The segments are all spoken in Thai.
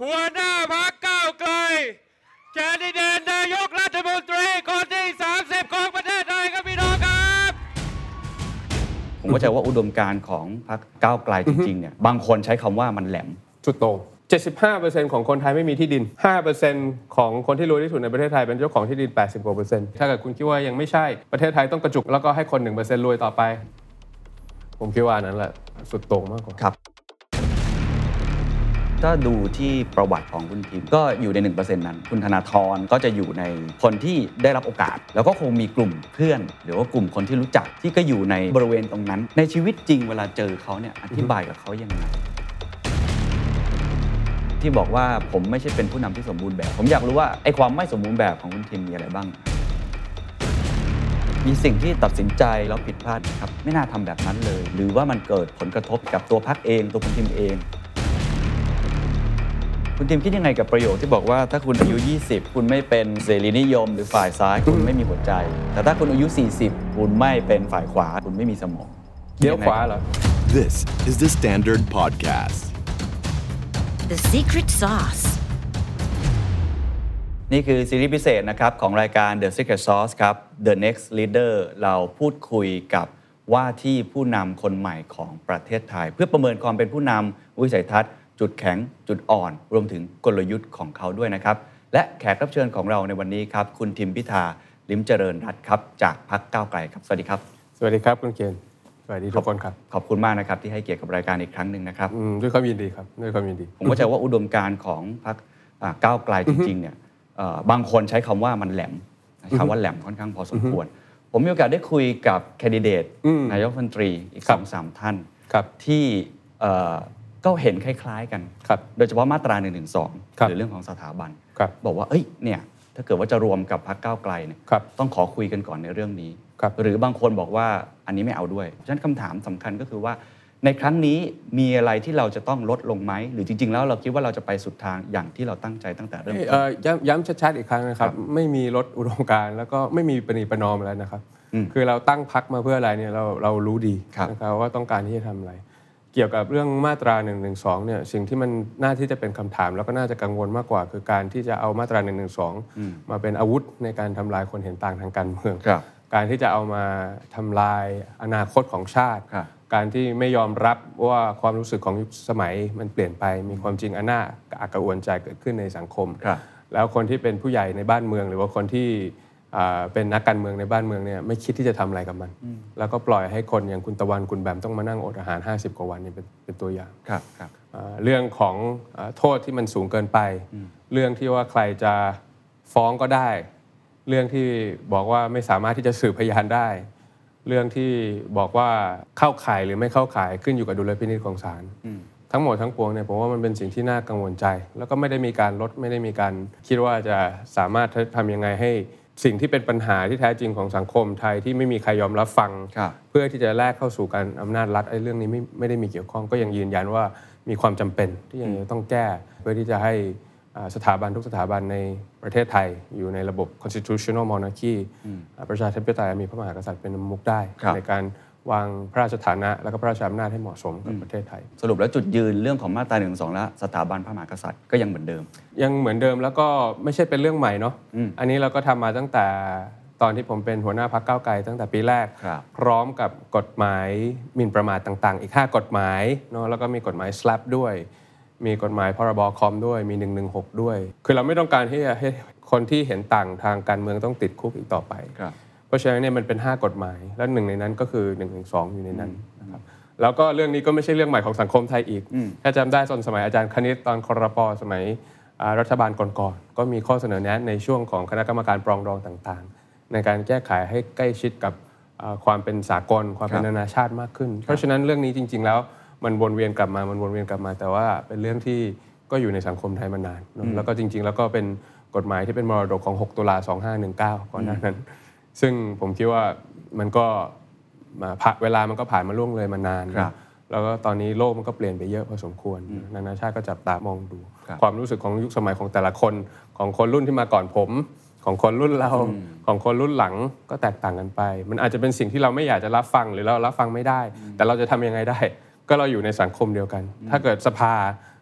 หัวหน้าพรรคก้าวไกลแคนดิเดตนายกรัฐมนตรีคนที่30ของประเทศไทยครับพี่น้องครับผมเข้าใจว่าอุดมการณ์ของพรรคก้าวไกลจริงๆเนี่ยบางคนใช้คำว่ามันแหลมสุดโต่ง 75% ของคนไทยไม่มีที่ดิน 5% ของคนที่รวยที่สุดในประเทศไทยเป็นเจ้าของที่ดิน 80% กว่าถ้าเกิดคุณคิดว่ายังไม่ใช่ประเทศไทยต้องกระจุกแล้วก็ให้คน 1% รวยต่อไปผมคิดว่านั้นแหละสุดโต่งมากกว่าครับถ้าดูที่ประวัติของคุณทิมก็อยู่ใน 1% นั้นคุณธนาธรก็จะอยู่ในคนที่ได้รับโอกาสแล้วก็คงมีกลุ่มเพื่อนหรือว่ากลุ่มคนที่รู้จักที่ก็อยู่ในบริเวณตรงนั้นในชีวิตจริงเวลาเจอเขาเนี่ยอธิบายกับเขายังไงที่บอกว่าผมไม่ใช่เป็นผู้นำที่สมบูรณ์แบบผมอยากรู้ว่าไอ้ความไม่สมบูรณ์แบบของคุณทิมมีอะไรบ้างมีสิ่งที่ตัดสินใจแล้วผิดพลาดครับไม่น่าทำแบบนั้นเลยหรือว่ามันเกิดผลกระทบกับตัวพรรคเองตัวคุณทิมเองคุณทิมคิดยังไงกับประโยคที่บอกว่าถ้าคุณอายุ20คุณไม่เป็นเสรีนิยมหรือฝ่ายซ้ายคุณไม่มีหัวใจแต่ถ้าคุณอายุ40คุณไม่เป็นฝ่ายขวาคุณไม่มีสมองเลี้ยวขวาเหรอ This is the Standard Podcast The Secret Sauce นี่คือซีรีส์พิเศษนะครับของรายการ The Secret Sauce ครับ The Next Leader เราพูดคุยกับว่าที่ผู้นำคนใหม่ของประเทศไทยเพื่อประเมินความเป็นผู้นำวิสัยทัศน์จุดแข็งจุดอ่อนรวมถึงกลยุทธ์ของเขาด้วยนะครับและแขกรับเชิญของเราในวันนี้ครับคุณทิมพิธาลิ้มเจริญรัตน์ครับจากพรรคก้าวไกลครับสวัสดีครับสวัสดีครับคุณเกียรติสวัสดีทุกคนครับขอบคุณมากนะครับที่ให้เกียรติกับรายการอีกครั้งนึงนะครับด้วยความยินดีครับด้วยความยินดีผมเข้าใจว่าอุดมการณ์ของพรรคก้าวไกลจริงๆเนี่ยบางคนใช้คำว่ามันแหลมคำว่าแหลมค่อนข้างพอสมควรผมมีโอกาสได้คุยกับแคนดิเดตนายกรัฐมนตรีอีก 2-3 ท่านที่ก็เห็นคล้ายๆกันโดยเฉพาะมาตรา112หรือเรื่องของสถาบันบอกว่าเนี่ยถ้าเกิดว่าจะรวมกับพรรคก้าวไกลเนี่ยต้องขอคุยกันก่อนในเรื่องนี้หรือบางคนบอกว่าอันนี้ไม่เอาด้วยฉะนั้นคำถามสำคัญก็คือว่าในครั้งนี้มีอะไรที่เราจะต้องลดลงไหมหรือจริงๆแล้วเราคิดว่าเราจะไปสุดทางอย่างที่เราตั้งใจตั้งแต่เริ่มต้นย้ำชัดๆอีกครั้งนะครับไม่มีลดอุดมการณ์แล้วก็ไม่มีประนีประนอมแล้วนะครับคือเราตั้งพรรคมาเพื่ออะไรเนี่ยเรารู้ดีนะครับว่าต้องการที่จะทำอะไรเกี่ยวกับเรื่องมาตรา112เนี่ยสิ่งที่มันน่าที่จะเป็นคำถามแล้วก็น่าจะกังวลมากกว่าคือการที่จะเอามาตรา112มาเป็นอาวุธในการทำลายคนเห็นต่างทางการเมืองการที่จะเอามาทำลายอนาคตของชาติการที่ไม่ยอมรับว่าความรู้สึกของยุคสมัยมันเปลี่ยนไปมีความจริงอันน่าอักระอ่วนใจเกิดขึ้นในสังคมแล้วคนที่เป็นผู้ใหญ่ในบ้านเมืองหรือว่าคนที่เป็นนักการเมืองในบ้านเมืองเนี่ยไม่คิดที่จะทำอะไรกับมันแล้วก็ปล่อยให้คนอย่างคุณตะวันคุณแบมต้องมานั่งอดอาหาร50กว่าวันนี่เป็นตัวอย่างเรื่องของโทษที่มันสูงเกินไปเรื่องที่ว่าใครจะฟ้องก็ได้เรื่องที่บอกว่าไม่สามารถที่จะสืบพยานได้เรื่องที่บอกว่าเข้าข่ายหรือไม่เข้าข่ายขึ้นอยู่กับดุลพินิจของศาลทั้งหมดทั้งปวงเนี่ยผมว่ามันเป็นสิ่งที่น่ากังวลใจแล้วก็ไม่ได้มีการลดไม่ได้มีการคิดว่าจะสามารถทำยังไงให้สิ่งที่เป็นปัญหาที่แท้จริงของสังคมไทยที่ไม่มีใครยอมรับฟังเพื่อที่จะแลกเข้าสู่การอำนาจรัฐไอ้เรื่องนี้ไม่ได้มีเกี่ยวข้องก็ยังยืนยันว่ามีความจำเป็นที่ยังต้องแก้เพื่อที่จะให้สถาบันทุกสถาบันในประเทศไทยอยู่ในระบบ constitutional monarchy ประชาธิปไตยมีพระมหากษัตริย์เป็นมุขได้ในการวางพระราชฐานะและก็พระราชอำนาจให้เหมาะสมกับประเทศไทยสรุปแล้วจุดยืนเรื่องของมาตรา112และสถาบันพระมหากษัตริย์ก็ยังเหมือนเดิมแล้วก็ไม่ใช่เป็นเรื่องใหม่เนาะอันนี้เราก็ทำมาตั้งแต่ตอนที่ผมเป็นหัวหน้าพรรคก้าวไกลตั้งแต่ปีแรกพร้อมกับกฎหมายหมิ่นประมาทต่างๆอีก5กฎหมายเนาะแล้วก็มีกฎหมาย SLAPP ด้วยมีกฎหมายพรบคอมด้วยมี116ด้วยคือเราไม่ต้องการที่จะให้คนที่เห็นต่างทางการเมืองต้องติดคุกอีกต่อไปเพราะฉะนั้นเนี่ยมันเป็น5กฎหมายและหนึ่งในนั้นก็คือ112อยู่ในนั้นนะครับแล้วก็เรื่องนี้ก็ไม่ใช่เรื่องใหม่ของสังคมไทยอีกถ้าจำได้ตอนสมัยอาจารย์คณิตตอนครป.สมัยรัฐบาลก่อนๆก็มีข้อเสนอแนะในช่วงของคณะกรรมการปรองดองต่างๆในการแก้ไขให้ใกล้ชิดกับความเป็นสากลความเป็นนานาชาติมากขึ้นเพราะฉะนั้นเรื่องนี้จริงๆแล้วมันวนเวียนกลับมาแต่ว่าเป็นเรื่องที่ก็อยู่ในสังคมไทยมานานแล้วก็จริงๆแล้วก็เป็นกฎหมายที่เป็นมรดกของ6ตุลา2519ก่อนหน้านั้นซึ่งผมคิดว่ามันก็เวลามันก็ผ่านมาล่วงเลยมานานแล้วก็ตอนนี้โลกมันก็เปลี่ยนไปเยอะพอสมควรนานาชาติก็จับตามองดูความรู้สึกของยุคสมัยของแต่ละคนของคนรุ่นที่มาก่อนผมของคนรุ่นเราของคนรุ่นหลังก็แตกต่างกันไปมันอาจจะเป็นสิ่งที่เราไม่อยากจะรับฟังหรือเรารับฟังไม่ได้แต่เราจะทำยังไงได้ก็เราอยู่ในสังคมเดียวกันถ้าเกิดสภา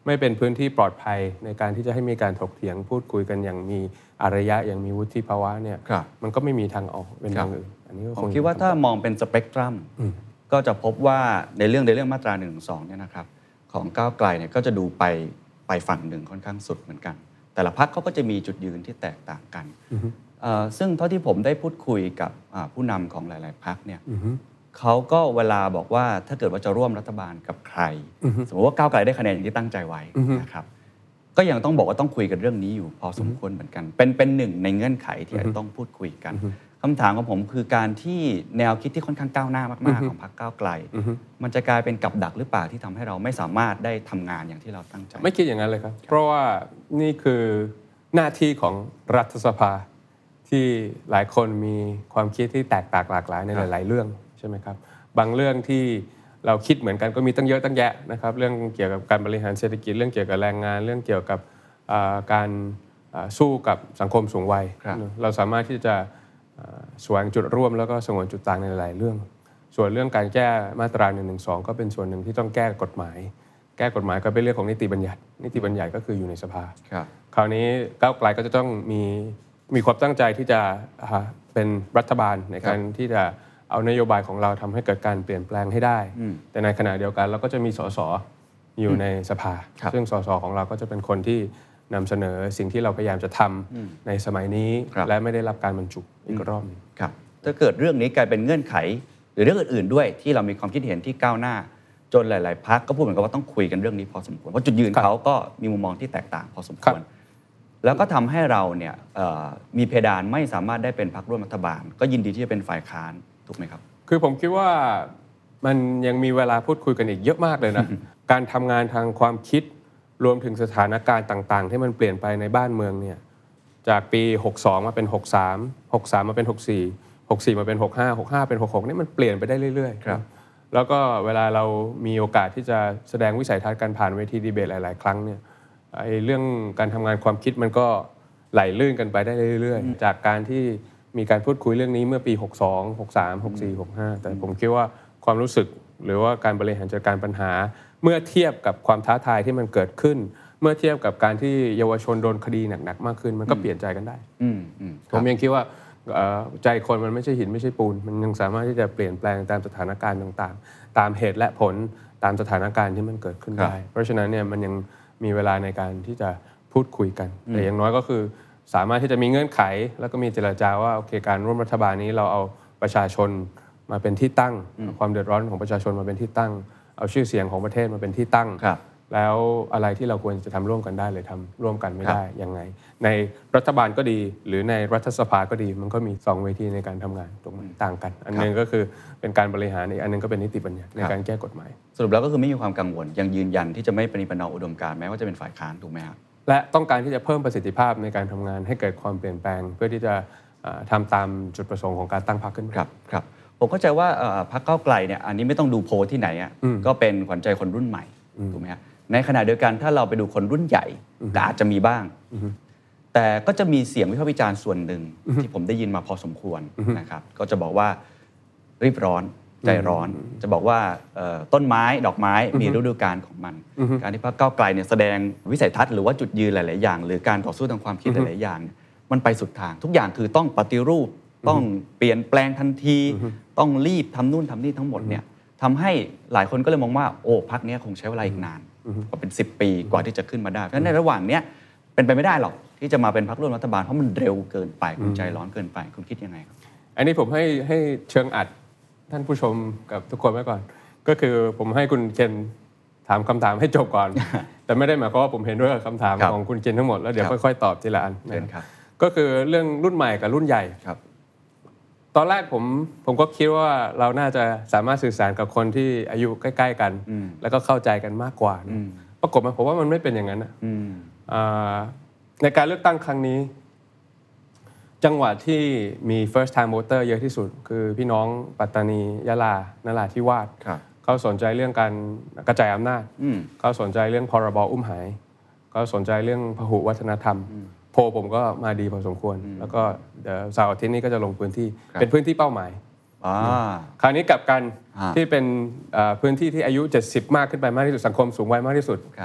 ไม่เป็นพื้นที่ปลอดภัยในการที่จะให้มีการถกเถียงพูดคุยกันอย่างมีอารยะอย่างมีวุฒิภาวะเนี่ยมันก็ไม่มีทางออกเป็นทางอื่นอันนี้ก็ผมคิดว่าถ้ามองเป็นสเปกตรัมก็จะพบว่าในเรื่องมาตรา1 1 2เนี่ยนะครับของก้าวไกลเนี่ยก็จะดูไปฝั่งหนึ่งค่อนข้างสุดเหมือนกันแต่ละพรรคเขาก็จะมีจุดยืนที่แตกต่างกันซึ่งเท่าที่ผมได้พูดคุยกับผู้นำของหลายๆพรรคเนี่ยเขาก็เวลาบอกว่าถ้าเกิดว่าจะร่วมรัฐบาลกับใครสมมติว่าก้าวไกลได้คะแนนอย่างที่ตั้งใจไว้นะครับก็ยังต้องบอกว่าต้องคุยกันเรื่องนี้อยู่พอสมควรเหมือนกันเป็นหนึ่งในเงื่อนไขที่อาจจะต้องพูดคุยกันคำถามของผมคือการที่แนวคิดที่ค่อนข้างก้าวหน้ามากๆของพรรคก้าวไกลมันจะกลายเป็นกับดักหรือเปล่าที่ทำให้เราไม่สามารถได้ทำงานอย่างที่เราตั้งใจไม่คิดอย่างนั้นเลยครับเพราะว่านี่คือหน้าที่ของรัฐสภาที่หลายคนมีความคิดที่แตกต่างหลากหลายในหลายๆเรื่องใช่ไหมครับบางเรื่องที่เราคิดเหมือนกันก็มีตั้งเยอะตั้งแยะนะครับเรื่องเกี่ยวกับการบริหารเศรษฐกิจเรื่องเกี่ยวกับแรงงานเรื่องเกี่ยวกับการสู้กับสังคมสูงวัยเราสามารถที่จะแสวงจุดร่วมแล้วก็สงวนจุดต่างในหลายเรื่องส่วนเรื่องการแก้มาตรา112ก็เป็นส่วนหนึ่งที่ต้องแก้กฎหมายก็เป็นเรื่องของนิติบัญญัติก็คืออยู่ในสภาคราวนี้ก้าวไกลก็จะต้องมีความตั้งใจที่จะเป็นรัฐบาลในการที่จะเอานโยบายของเราทำให้เกิดการเปลี่ยนแปลงให้ได้แต่ในขณะเดียวกันเราก็จะมีสสอยู่ในสภาซึ่งสสของเราก็จะเป็นคนที่นำเสนอสิ่งที่เราพยายามจะทำในสมัยนี้และไม่ได้รับการบรรจุอีกรอบครับถ้าเกิดเรื่องนี้กลายเป็นเงื่อนไขหรือเรื่องอื่นๆด้วยที่เรามีความคิดเห็นที่ก้าวหน้าจนหลายๆพรรคก็พูดเหมือนกันว่าต้องคุยกันเรื่องนี้พอสมควรเพราะจุดยืนเขาก็มีมุมมองที่แตกต่างพอสมควรแล้วก็ทำให้เราเนี่ยมีเพดานไม่สามารถได้เป็นพรรคร่วมรัฐบาลก็ยินดีที่จะเป็นฝ่ายค้านถูกไหมครับคือผมคิดว่ามันยังมีเวลาพูดคุยกันอีกเยอะมากเลยนะ การทำงานทางความคิดรวมถึงสถานการณ์ต่างๆที่มันเปลี่ยนไปในบ้านเมืองเนี่ยจากปี62มาเป็น63 63มาเป็น64 64มาเป็น65 65เป็น66นี่มันเปลี่ยนไปได้เรื่อยๆครับแล้วก็เวลาเรามีโอกาสที่จะแสดงวิสัยทัศน์การผ่านเวทีดีเบตหลายๆครั้งเนี่ยไอ้เรื่องการทำงานความคิดมันก็ไหลลื่นกันไปได้เรื่อยๆจากการที่มีการพูดคุยเรื่องนี้เมื่อปี62 63 64 65แต่ผมคิดว่าความรู้สึกหรือว่าการบริหารจัดการปัญหาเมื่อเทียบกับความท้าทายที่มันเกิดขึ้นเมื่อเทียบกับการที่เยาวชนโดนคดีหนักๆมากขึ้นมันก็เปลี่ยนใจกันได้ผมยังคิดว่าใจคนมันไม่ใช่หินไม่ใช่ปูนมันยังสามารถที่จะเปลี่ยนแปลงตามสถานการณ์ต่างๆตามเหตุและผลตามสถานการณ์ที่มันเกิดขึ้นได้เพราะฉะนั้นเนี่ยมันยังมีเวลาในการที่จะพูดคุยกันแต่อย่างน้อยก็คือสามารถที่จะมีเงื่อนไขแล้วก็มีเจรจาว่าโอเคการร่วมรัฐบาลนี้เราเอาประชาชนมาเป็นที่ตั้งความเดือดร้อนของประชาชนมาเป็นที่ตั้งเอาชื่อเสียงของประเทศมาเป็นที่ตั้งแล้วอะไรที่เราควรจะทำร่วมกันได้เลยทำร่วมกันไม่ได้ยังไงในรัฐบาลก็ดีหรือในรัฐสภาก็ดีมันก็มี2เวทีในการทำงานตรงต่างกันอันนึงก็คือเป็นการบริหารอีกอันนึงก็เป็นนิติบัญญัติในการแก้กฎหมายสรุปแล้วก็คือไม่มีความกังวลยังยืนยันที่จะไม่ปฏิบัติอุดมการณ์แม้ว่าจะเป็นฝ่ายค้านถูกไหมครับและต้องการที่จะเพิ่มประสิทธิภาพในการทำงานให้เกิดความเปลี่ยนแปลงเพื่อที่จะทำตามจุดประสงค์ของการตั้งพรรคขึ้นครับผมเข้าใจว่าพรรคก้าวไกลเนี่ยอันนี้ไม่ต้องดูโพลที่ไหนก็เป็นขวัญใจคนรุ่นใหม่ถูกไหมครับในขณะเดียวกันถ้าเราไปดูคนรุ่นใหญ่ก็อาจจะมีบ้างแต่ก็จะมีเสียงวิพากษ์วิจารณ์ส่วนหนึ่งที่ผมได้ยินมาพอสมควรนะครับก็จะบอกว่ารีบร้อนใจร้อนจะบอกว่าต้นไม้ดอกไม้มีฤดูกาลของมันการที่พรรคก้าวไกลเนี่ยแสดงวิสัยทัศน์หรือว่าจุดยืนหลายๆอย่างหรือการต่อสู้ทางความคิดหลายๆอย่างมันไปสุดทางทุกอย่างคือต้องปฏิรูปต้องเปลี่ยนแปลงทันทีต้องรีบทำนู่นทำนี่ทั้งหมดเนี่ยทำให้หลายคนก็เลยมองว่าโอ้พรรคนี้คงใช้เวลาอีกนานกว่าเป็น10 ปีกว่าที่จะขึ้นมาได้เพราะฉะนั้นในระหว่างนี้เป็นไปไม่ได้หรอกที่จะมาเป็นพรรคร่วมรัฐบาลเพราะมันเร็วเกินไปคุณใจร้อนเกินไปคุณคิดยังไงครับอันนี้ผมให้เชิงอัดท่านผู้ชมกับทุกคนไว้ก่อนก็คือผมให้คุณเคนถามคำถามให้จบก่อน แต่ไม่ได้หมายความว่าผมเห็นด้วยกับคำถามของคุณเคนทั้งหมดแล้วเดี๋ยวค่อยๆตอบทีละอันก็คือเรื่องรุ่นใหม่กับรุ่นใหญ่ตอนแรกผมก็คิดว่าเราน่าจะสามารถสื่อสารกับคนที่อายุใกล้ๆกันแล้วก็เข้าใจกันมากกว่าปรากฏมาผมว่ามันไม่เป็นอย่างนั้นในการเลือกตั้งครั้งนี้จังหวัดที่มี first time voter เยอะที่สุดคือพี่น้องปัตตานียะลานราธิวาสเขาสนใจเรื่องการกระจายอำนาจเขาสนใจเรื่องพรบอุ้มหายเขาสนใจเรื่องพหุวัฒนธรรมโพลผมก็มาดีพอสมควรแล้วก็เดี๋ยวเสาร์อาทิตย์นี้ก็จะลงพื้นที่เป็นพื้นที่เป้าหมายคราวนี้กลับกันที่เป็นพื้นที่ที่อายุ70มากขึ้นไปมากที่สุดสังคมสูงวัยมากที่สุดป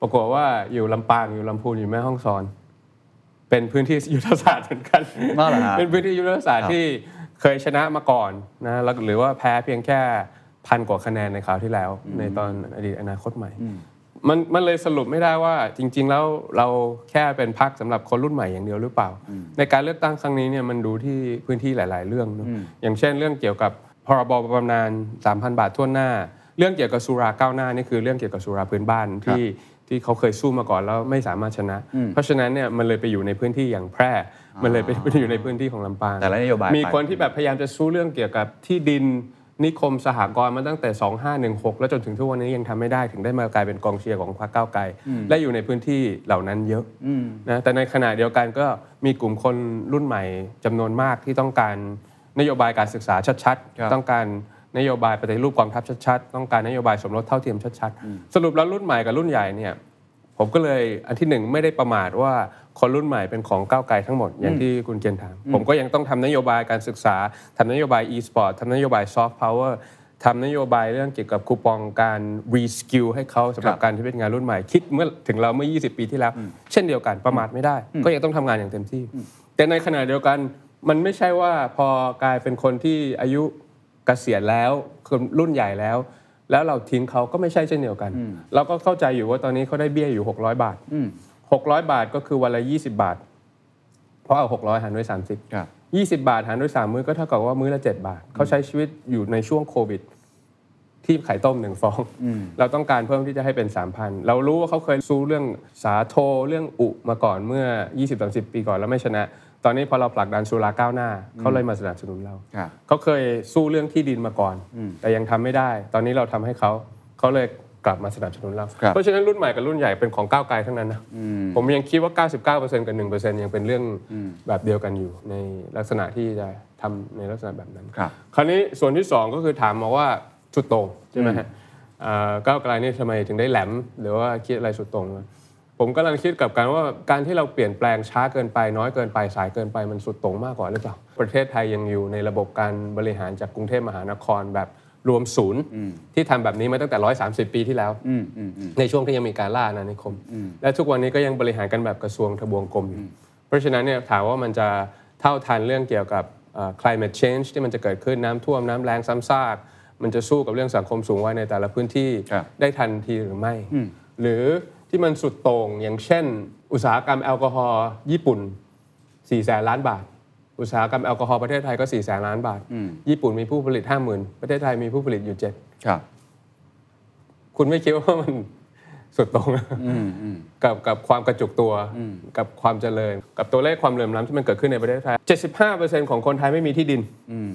ปรากฏว่าอยู่ลำปางอยู่ลำพูนอยู่แม่ฮ่องสอนเป็นพื้นที่ยุทธศาสตร์เหมือนกันเป็นพื้นที่ยุทธศาสตร์ที่เคยชนะมาก่อนนะแล้วหรือว่าแพ้เพียงแค่1,000 กว่าคะแนนในคราวที่แล้วในตอนอดีตอนาคตใหม่มันเลยสรุปไม่ได้ว่าจริงๆแล้วเราแค่เป็นพรรคสำหรับคนรุ่นใหม่อย่างเดียวหรือเปล่าในการเลือกตั้งครั้งนี้เนี่ยมันดูที่พื้นที่หลายๆเรื่องอย่างเช่นเรื่องเกี่ยวกับพรบบำนาญ 3,000 บาททั่วหน้าเรื่องเกี่ยวกับสุราก้าวหน้านี่คือเรื่องเกี่ยวกับสุราพื้นบ้านที่เขาเคยสู้มาก่อนแล้วไม่สามารถชนะเพราะฉะนั้นเนี่ยมันเลยไปอยู่ในพื้นที่อย่างแพร่มันเลยไปอยู่ในพื้นที่ของลำปางแต่ละนโยบายมีคนที่แบบพยายามจะสู้เรื่องเกี่ยวกับที่ดินนิคมสหกรณ์มาตั้งแต่2516แล้วจนถึงทุกวันนี้ยังทำไม่ได้ถึงได้มากลายเป็นกองเชียร์ของพรรคก้าวไกลและอยู่ในพื้นที่เหล่านั้นเยอะนะแต่ในขณะเดียวกันก็มีกลุ่มคนรุ่นใหม่จำนวนมากที่ต้องการนโยบายการศึกษาชัดๆต้องการนโยบายปฏิรูปกองทัพชัดๆต้องการนโยบายสมรสเท่าเทียมชัดๆสรุปแล้วรุ่นใหม่กับรุ่นใหญ่เนี่ยผมก็เลยอันที่หนึ่งไม่ได้ประมาทว่าคนรุ่นใหม่เป็นของก้าวไกลทั้งหมดอย่างที่คุณเจนถามผมก็ยังต้องทำนโยบายการศึกษาทำนโยบาย e-sport ทำนโยบาย soft power ทำนโยบายเรื่องเกี่ยวกับคูปองการ reskill ให้เขาสำหรับการที่เป็นงานรุ่นใหม่คิดเมื่อถึงเราเมื่อ20 ปีที่แล้วเช่นเดียวกันประมาทไม่ได้ก็ยังต้องทำงานอย่างเต็มที่แต่ในขณะเดียวกันมันไม่ใช่ว่าพอกลายเป็นคนที่อายุเกษียณแล้วคนรุ่นใหญ่แล้วเราทิ้งเขาก็ไม่ใช่เช่นเดียวกันเราก็เข้าใจอยู่ว่าตอนนี้เขาได้เบี้ยอยู่600 บาท600 บาทก็คือวันละ20 บาทเพราะเอา600หารด้วย30 20 บาทหารด้วย3มื้อก็เท่ากับว่ามื้อละ7 บาทเขาใช้ชีวิตอยู่ในช่วงโควิดที่ไข่ต้ม1 ฟองเราต้องการเพิ่มที่จะให้เป็น 3,000 เรารู้ว่าเขาเคยสู้เรื่องสาโทเรื่องอุมาก่อนเมื่อ 20-30 ปีก่อนแล้วไม่ชนะตอนนี้พอเราผลักดันสุราก้าวหน้าเขาเลยมาสนับสนุนเราเขาเคยสู้เรื่องที่ดินมาก่อนแต่ยังทำไม่ได้ตอนนี้เราทำให้เขาเลยกลับมาสนับสนุนเราเพราะฉะนั้นรุ่นใหม่กับรุ่นใหญ่เป็นของก้าวไกลทั้งนั้นนะผมยังคิดว่า 99% กับ 1% ยังเป็นเรื่องแบบเดียวกันอยู่ในลักษณะที่จะทำในลักษณะแบบนั้นคราวนี้ส่วนที่2ก็คือถามมาว่าสุดโต่งใช่ไหมฮะก้าวไกลนี่ทำไมถึงได้แหลมหรือว่าคิดอะไรสุดโต่งผมกำลังคิดกับการว่าการที่เราเปลี่ยนแปลงช้าเกินไปน้อยเกินไปสายเกินไปมันสุดโต่งมากกว่าหรือเปล่าประเทศไทยยังอยู่ในระบบการบริหารจากกรุงเทพมหานครแบบรวมศูนย์ที่ทำแบบนี้มาตั้งแต่130 ปีที่แล้วในช่วงที่ยังมีการล่าอาณานิคมและทุกวันนี้ก็ยังบริหารกันแบบกระทรวงทบวงกรมอยู่เพราะฉะนั้นเนี่ยถามว่ามันจะเท่าทันเรื่องเกี่ยวกับ climate change ที่มันจะเกิดขึ้นน้ำท่วมน้ำแล้งซ้ำซากมันจะสู้กับเรื่องสังคมสูงวัยในแต่ละพื้นที่ได้ทันทีหรือไม่หรือที่มันสุดโต่งอย่างเช่นอุตสาหกรรมแอลกอฮอล์ญี่ปุ่น 400,000 ล้านบาทอุตสาหกรรมแอลกอฮอล์ประเทศไทยก็ 400,000 ล้านบาทญี่ปุ่นมีผู้ผลิต 50,000 ประเทศไทยมีผู้ผลิตอยู่7ครับคุณไม่คิดว่ามันสุดโต่งกับความกระจุกตัวกับความเจริญกับตัวเลขความเหลื่อมล้ำที่มันเกิดขึ้นในประเทศไทย 75% ของคนไทยไม่มีที่ดิน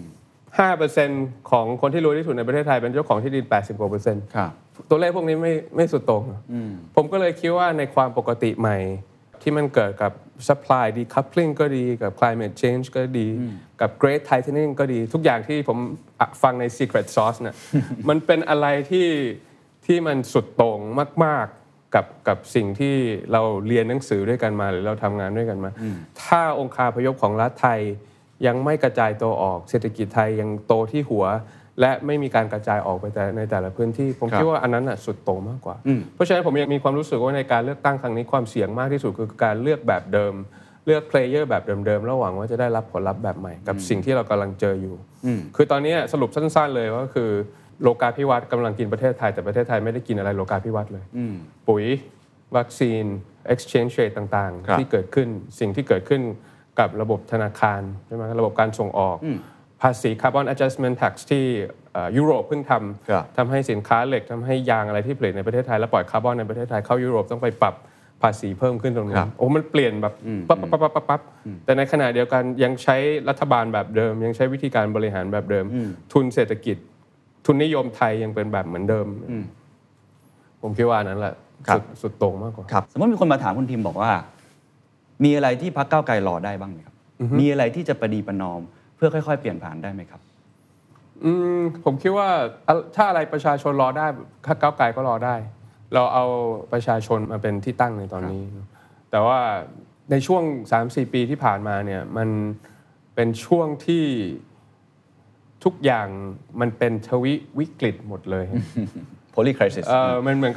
5% ของคนที่รวยที่สุดในประเทศไทยเป็นเจ้าของที่ดิน 80% กว่าตัวเลขพวกนี้ไม่สุดโต่งผมก็เลยคิดว่าในความปกติใหม่ที่มันเกิดกับ supply decoupling ก็ดีกับ climate change ก็ดีกับ great tightening ก็ดีทุกอย่างที่ผมฟังใน secret sauce เนี่ย มันเป็นอะไรที่มันสุดโต่งมากๆกับสิ่งที่เราเรียนหนังสือด้วยกันมาหรือเราทำงานด้วยกันมาถ้าองค์คาพยพของรัฐไทยยังไม่กระจายตัวออกเศรษฐกิจไทยยังโตที่หัวและไม่มีการกระจายออกไปในแต่ละพื้นที่ผมคิดว่าอันนั้นน่ะสุดโต่งมากกว่าเพราะฉะนั้นผมยังมีความรู้สึกว่าในการเลือกตั้งครั้งนี้ความเสี่ยงมากที่สุดคือการเลือกแบบเดิมเลือกเพลเยอร์แบบเดิมๆแล้วหวังว่าจะได้รับผลลัพธ์แบบใหม่กับสิ่งที่เรากำลังเจออยู่คือตอนนี้สรุปสั้นๆเลยว่าคือโลกาภิวัตน์กำลังกินประเทศไทยแต่ประเทศไทยไม่ได้กินอะไรโลกาภิวัตน์เลยปุ๋ยวัคซีน exchange rate ต่างๆที่เกิดขึ้นสิ่งที่เกิดขึ้นกับระบบธนาคารใช่ไหมระบบการส่งออกภาษี Carbon Adjustment Tax ที่ยุโรปเพิ่งทำให้สินค้าเหล็กทำให้ยางอะไรที่ผลิตในประเทศไทยแล้วปล่อยคาร์บอนในประเทศไทยเข้ายุโรปต้องไปปรับภาษีเพิ่มขึ้นตรงนี้โอ้มันเปลี่ยนแบบปั๊บแต่ในขณะเดียวกันยังใช้รัฐบาลแบบเดิมยังใช้วิธีการบริหารแบบเดิมทุนเศรษฐกิจทุนนิยมไทยยังเป็นแบบเหมือนเดิมผมคิดว่านั้นแหละสุดโต่งมากกว่าสมมติมีคนมาถามคุณทิมบอกว่ามีอะไรที่พรรคก้าวไกลรอได้บ้างไหมครับมีอะไรที่จะประนีประนอมเพื่อค่อยๆเปลี่ยนผ่านได้ไหมครับผมคิดว่าถ้าอะไรประชาชนรอได้พรรคก้าวไกลก็รอได้เราเอาประชาชนมาเป็นที่ตั้งในตอนนี้แต่ว่าในช่วง 3-4 ปีที่ผ่านมาเนี่ยมันเป็นช่วงที่ทุกอย่างมันเป็นทวิกฤตหมดเลย Poly crisis มันเหมือนกับ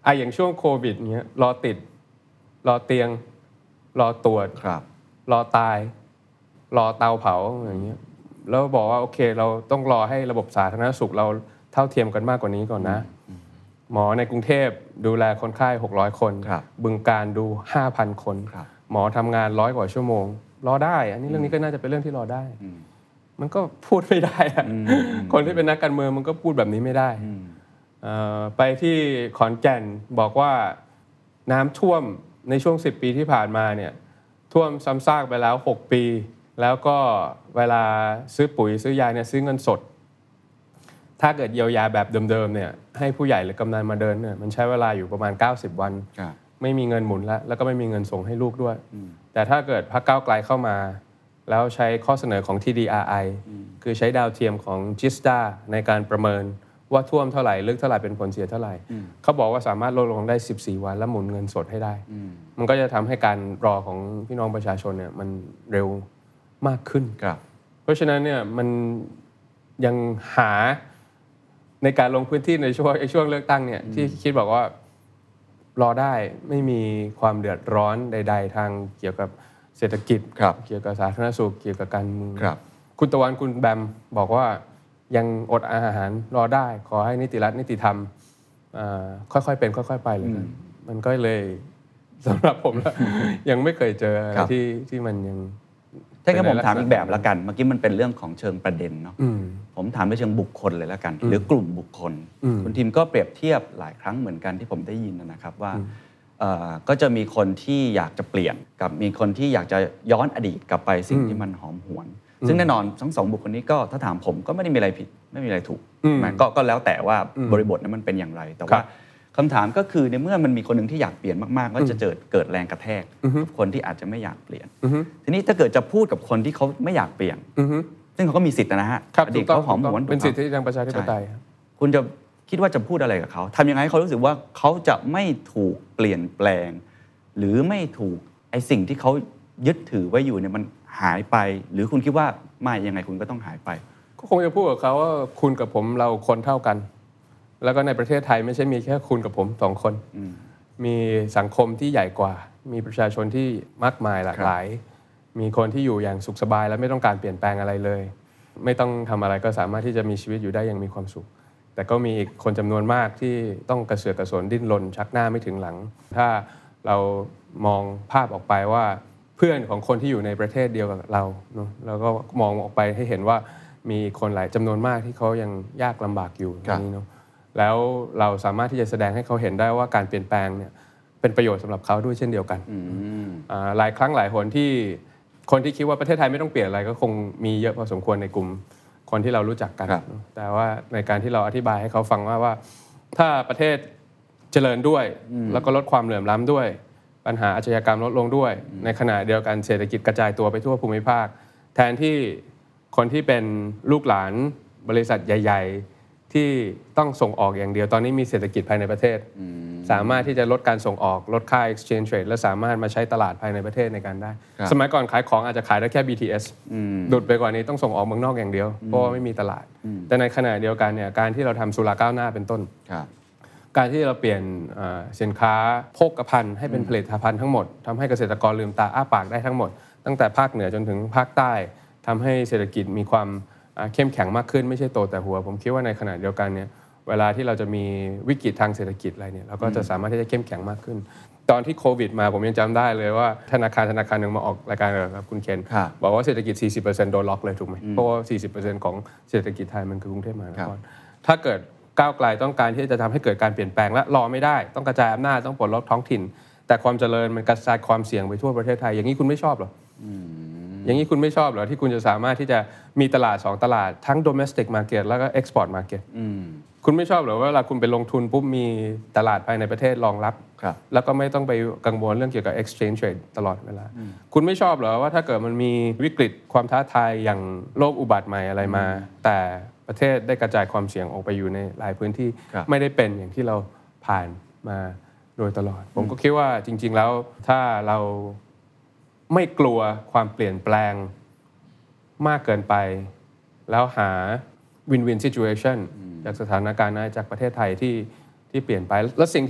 อย่างช่วงโควิดเงี้ยรอติดรอเตียงรอตรวจรอตายรอเตาเผาอย่างเงี้ยแล้วบอกว่าโอเคเราต้องรอให้ระบบสาธารณสุขเราเท่าเทียมกันมากกว่านี้ก่อนนะหมอในกรุงเทพดูแลคนไข้600คนบึงการดู 5,000 คนหมอทำงาน100 กว่าชั่วโมงรอได้อันนี้เรื่องนี้ก็น่าจะเป็นเรื่องที่รอได้มันก็พูดไม่ได้คนที่เป็นนักการเมืองมันก็พูดแบบนี้ไม่ได้ไปที่ขอนแก่นบอกว่าน้ำท่วมในช่วง10 ปีที่ผ่านมาเนี่ยท่วมซ้ำซากไปแล้ว6 ปีแล้วก็เวลาซื้อปุ๋ยซื้อยาเนี่ยซื้อเงินสดถ้าเกิดเยียวยาแบบเดิมๆเนี่ยให้ผู้ใหญ่หรือกำนันมาเดินเนี่ยมันใช้เวลาอยู่ประมาณ90 วันไม่มีเงินหมุนแล้วก็ไม่มีเงินส่งให้ลูกด้วยแต่ถ้าเกิดพรรคก้าวไกลเข้ามาแล้วใช้ข้อเสนอของ TDRI คือใช้ดาวเทียมของ GISDA ในการประเมินว่าท่วมเท่าไหร่ลึกเท่าไหร่เป็นผลเสียเท่าไหร่เขาบอกว่าสามารถลดลงได้14 วันแล้วหมุนเงินสดให้ได้มันก็จะทำให้การรอของพี่น้องประชาชนเนี่ยมันเร็วมากขึ้นเพราะฉะนั้นเนี่ยมันยังหาในการลงพื้นที่ในช่วงเลือกตั้งเนี่ยที่คิดบอกว่ารอได้ไม่มีความเดือดร้อนใดๆทางเกี่ยวกับเศรษฐกิจเกี่ยวกับสาธารณสุขเกี่ยวกับการเมืองคุณตะวันคุณแบมบอกว่ายังอดอาหารรอได้ขอให้นิติรัฐนิติธรรมค่อยๆเป็นค่อยๆไปเลยมันก็เลยสำหรับผมแล้วยังไม่เคยเจออะไรที่มันยังถ้างั้นผมถามอีกแบบละกันเมื่อกี้มันเป็นเรื่องของเชิงประเด็นเนาะผมถามในเชิงบุคคลเลยละกันหรือกลุ่มบุคคลคุณทีมก็เปรียบเทียบหลายครั้งเหมือนกันที่ผมได้ยินนะครับว่าก็จะมีคนที่อยากจะเปลี่ยนกับมีคนที่อยากจะย้อนอดีตกลับไปสิ่งที่มันหอมหวนซึ่งแน่นอนทั้งสองบุคคลนี้ก็ถ้าถามผมก็ไม่ได้มีอะไรผิดไม่มีอะไรถูกก็แล้วแต่ว่าบริบทนั้นมันเป็นอย่างไรแต่ว่าคำถามก็คือในเมื่อมันมีคนหนึ่งที่อยากเปลี่ยนมากๆก็จะเกิดแรงกระแทกกับคนที่อาจจะไม่อยากเปลี่ยนทีนี้ถ้าเกิดจะพูดกับคนที่เขาไม่อยากเปลี่ยนซึ่งเขาก็มีสิทธิ์นะฮะอดีตเขาหอมหวนเป็นสิทธิทางประชาธิปไตยคุณจะคิดว่าจะพูดอะไรกับเขาทำยังไงให้เขารู้สึกว่าเขาจะไม่ถูกเปลี่ยนแปลงหรือไม่ถูกไอ้สิ่งที่เขายึดถือไว้อยู่เนี่ยมันหายไปหรือคุณคิดว่าไม่ยังไงคุณก็ต้องหายไปก็คงจะพูดกับเขาว่าคุณกับผมเราคนเท่ากันแล้วก็ในประเทศไทยไม่ใช่มีแค่คุณกับผม2 คนมีสังคมที่ใหญ่กว่ามีประชาชนที่มากมายหลากหลายมีคนที่อยู่อย่างสุขสบายและไม่ต้องการเปลี่ยนแปลงอะไรเลยไม่ต้องทำอะไรก็สามารถที่จะมีชีวิตอยู่ได้อย่างมีความสุขแต่ก็มีอีกคนจำนวนมากที่ต้องกระเสือกกระสนดิ้นรนชักหน้าไม่ถึงหลังถ้าเรามองภาพออกไปว่าเพื่อนของคนที่อยู่ในประเทศเดียวกับเราเนาะแล้วก็มองออกไปให้เห็นว่ามีคนหลายจำนวนมากที่เขายังยากลำบากอยู่ตรงนี้เนาะแล้วเราสามารถที่จะแสดงให้เขาเห็นได้ว่าการเปลี่ยนแปลงเนี่ยเป็นประโยชน์สำหรับเขาด้วยเช่นเดียวกันหลายครั้งหลายคนที่คนที่คิดว่าประเทศไทยไม่ต้องเปลี่ยนอะไรก็คงมีเยอะพอสมควรในกลุ่มคนที่เรารู้จักกันแต่ว่าในการที่เราอธิบายให้เขาฟังว่าถ้าประเทศเจริญด้วยแล้วก็ลดความเหลื่อมล้ำด้วยปัญหาอาชญากรรมลดลงด้วยในขณะเดียวกันเศรษฐกิจกระจายตัวไปทั่วภูมิภาคแทนที่คนที่เป็นลูกหลานบริษัทใหญ่ๆที่ต้องส่งออกอย่างเดียวตอนนี้มีเศรษฐกิจภายในประเทศสามารถที่จะลดการส่งออกลดค่า exchange rate และสามารถมาใช้ตลาดภายในประเทศในการได้สมัยก่อนขายของอาจจะขายได้แค่ BTS ดุดไปกว่านี้ต้องส่งออกเมืองนอกอย่างเดียวเพราะว่าไม่มีตลาดแต่ในขณะเดียวกันเนี่ยการที่เราทำสุราก้าวหน้าเป็นต้นการที่เราเปลี่ยนสินค้าโภคภัณฑ์ให้เป็นผลิตภัณฑ์ทั้งหมดทำให้เกษตรกรลืมตาอ้าปากได้ทั้งหมดตั้งแต่ภาคเหนือจนถึงภาคใต้ทำให้เศรษฐกิจมีความเข้มแข็งมากขึ้นไม่ใช่โตแต่หัวผมคิดว่าในขณะเดียวกันเนี่ยเวลาที่เราจะมีวิกฤตทางเศรษฐกิจอะไรเนี่ยเราก็จะสามารถที่จะเข้มแข็งมากขึ้นตอนที่โควิดมาผมยังจำได้เลยว่าธนาคารนึงมาออกรายการกับคุณเคนบอกว่าเศรษฐกิจ 40% โดนล็อกเลยถูกไหมเพราะว่า 40% ของเศรษฐกิจไทยมันคือกรุงเทพมหานครถ้าเกิดก้าวไกลต้องการที่จะทำให้เกิดการเปลี่ยนแปลงและรอไม่ได้ต้องกระจายอำนาจต้องปลดล็อกท้องถิ่นแต่ความเจริญมันกระจายความเสี่ยงไปทั่วประเทศไทยอย่างนี้คุณไม่ชอบหรออย่างนี้คุณไม่ชอบเหรอที่คุณจะสามารถที่จะมีตลาด2ตลาดทั้ง domestic market แล้วก็ export market คุณไม่ชอบเหรอว่าเวลาคุณไปลงทุนปุ๊บมีตลาดภายในประเทศรองรับแล้วก็ไม่ต้องไปกังวลเรื่องเกี่ยวกับ exchange rate ตลอดเวลาคุณไม่ชอบเหรอว่าถ้าเกิดมันมีวิกฤตความท้าทายอย่างโรคอุบัติใหม่อะไรมาแต่ประเทศได้กระจายความเสี่ยงออกไปอยู่ในหลายพื้นที่ไม่ได้เป็นอย่างที่เราผ่านมาโดยตลอดผมก็คิดว่าจริงๆแล้วถ้าเราไม่กลัวความเปลี่ยนแปลงมากเกินไปแล้วหา win-win situation จากสถานการณ์จากประเทศไทยที่เปลี่ยนไปและสิ่งที่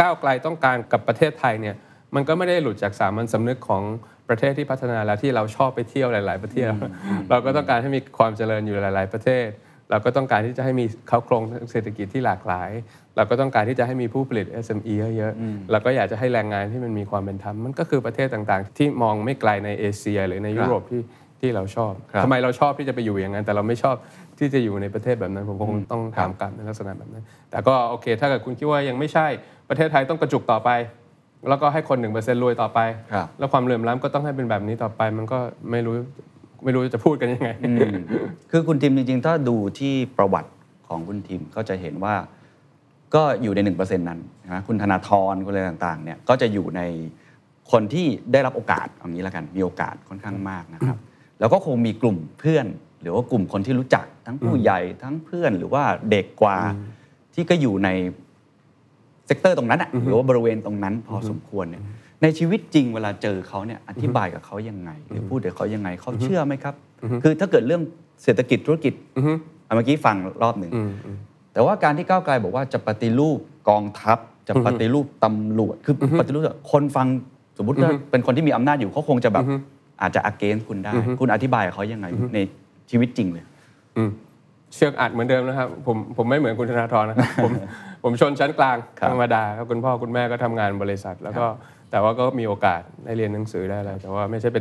ก้าวไกลต้องการกับประเทศไทยเนี่ยมันก็ไม่ได้หลุดจากสามัญสำนึกของประเทศที่พัฒนาแล้วที่เราชอบไปเที่ยวหลายๆประเทศเราก็ต้องการให้มีความเจริญอยู่หลายๆประเทศเราก็ต้องการที่จะให้มีเขาโครงเศรษฐกิจที่หลากหลายเราก็ต้องการที่จะให้มีผู้ผลิต SME เยอะๆเราก็อยากจะให้แรงงานที่มันมีความเป็นธรรมมันก็คือประเทศต่างๆที่มองไม่ไกลในเอเชียหรือในยุโรปที่เราชอบทำไมเราชอบที่จะไปอยู่อย่างนั้นแต่เราไม่ชอบที่จะอยู่ในประเทศแบบนั้นผมก็คงต้องถามกลับในลักษณะแบบนั้นแต่ก็โอเคถ้าเกิดคุณคิดว่ายังไม่ใช่ประเทศไทยต้องกระจุกต่อไปแล้วก็ให้คน 1% รวยต่อไปแล้วความเหลื่อมล้ำก็ต้องให้เป็นแบบนี้ต่อไปมันก็ไม่รู้จะพูดกันยังไงคือคุณทิมจริงๆถ้าดูที่ประวัติของคุณทิมก็จะเห็นว่าก็อยู่ใน 1% นั้นนะคุณธนาธรอะไรต่างๆเนี่ยก็จะอยู่ในคนที่ได้รับโอกาสอย่างนี้แล้วกันมีโอกาสค่อนข้างมากนะครับแล้วก็คงมีกลุ่มเพื่อนหรือว่ากลุ่มคนที่รู้จักทั้งผู้ใหญ่ทั้งเพื่อนหรือว่าเด็กกว่าที่ก็อยู่ในเซกเตอร์ตรงนั้นหรือว่าบริเวณตรงนั้นพอสมควรเนี่ยในชีวิตจริงเวลาเจอเขาเนี่ยอธิบายกับเขายังไงหรือพูดกับเขายังไงเขาเชื่อไหมครับคือถ้าเกิดเรื่องเศรษฐกิจธุรกิจเมื่อกี้ฟังรอบหนึ่งแต่ว่าการที่ก้าวไกลบอกว่าจะปฏิรูปกองทัพจะปฏิรูปตำรวจคือปฏิรูปคนฟังสมมติว่าเป็นคนที่มีอำนาจอยู่เขาคงจะแบบอาจจะ against คุณได้คุณอธิบายกับเขายังไงในชีวิตจริงเลยเชือกอัดเหมือนเดิมนะครับผมไม่เหมือนคุณธนาธรนะครับผมชนชั้นกลางธรรมดาครับคุณพ่อคุณแม่ก็ทำงานบริษัทแล้วก็แต่ว่าก็มีโอกาสได้เรียนหนังสือได้อะไรแต่ว่าไม่ใช่เป็น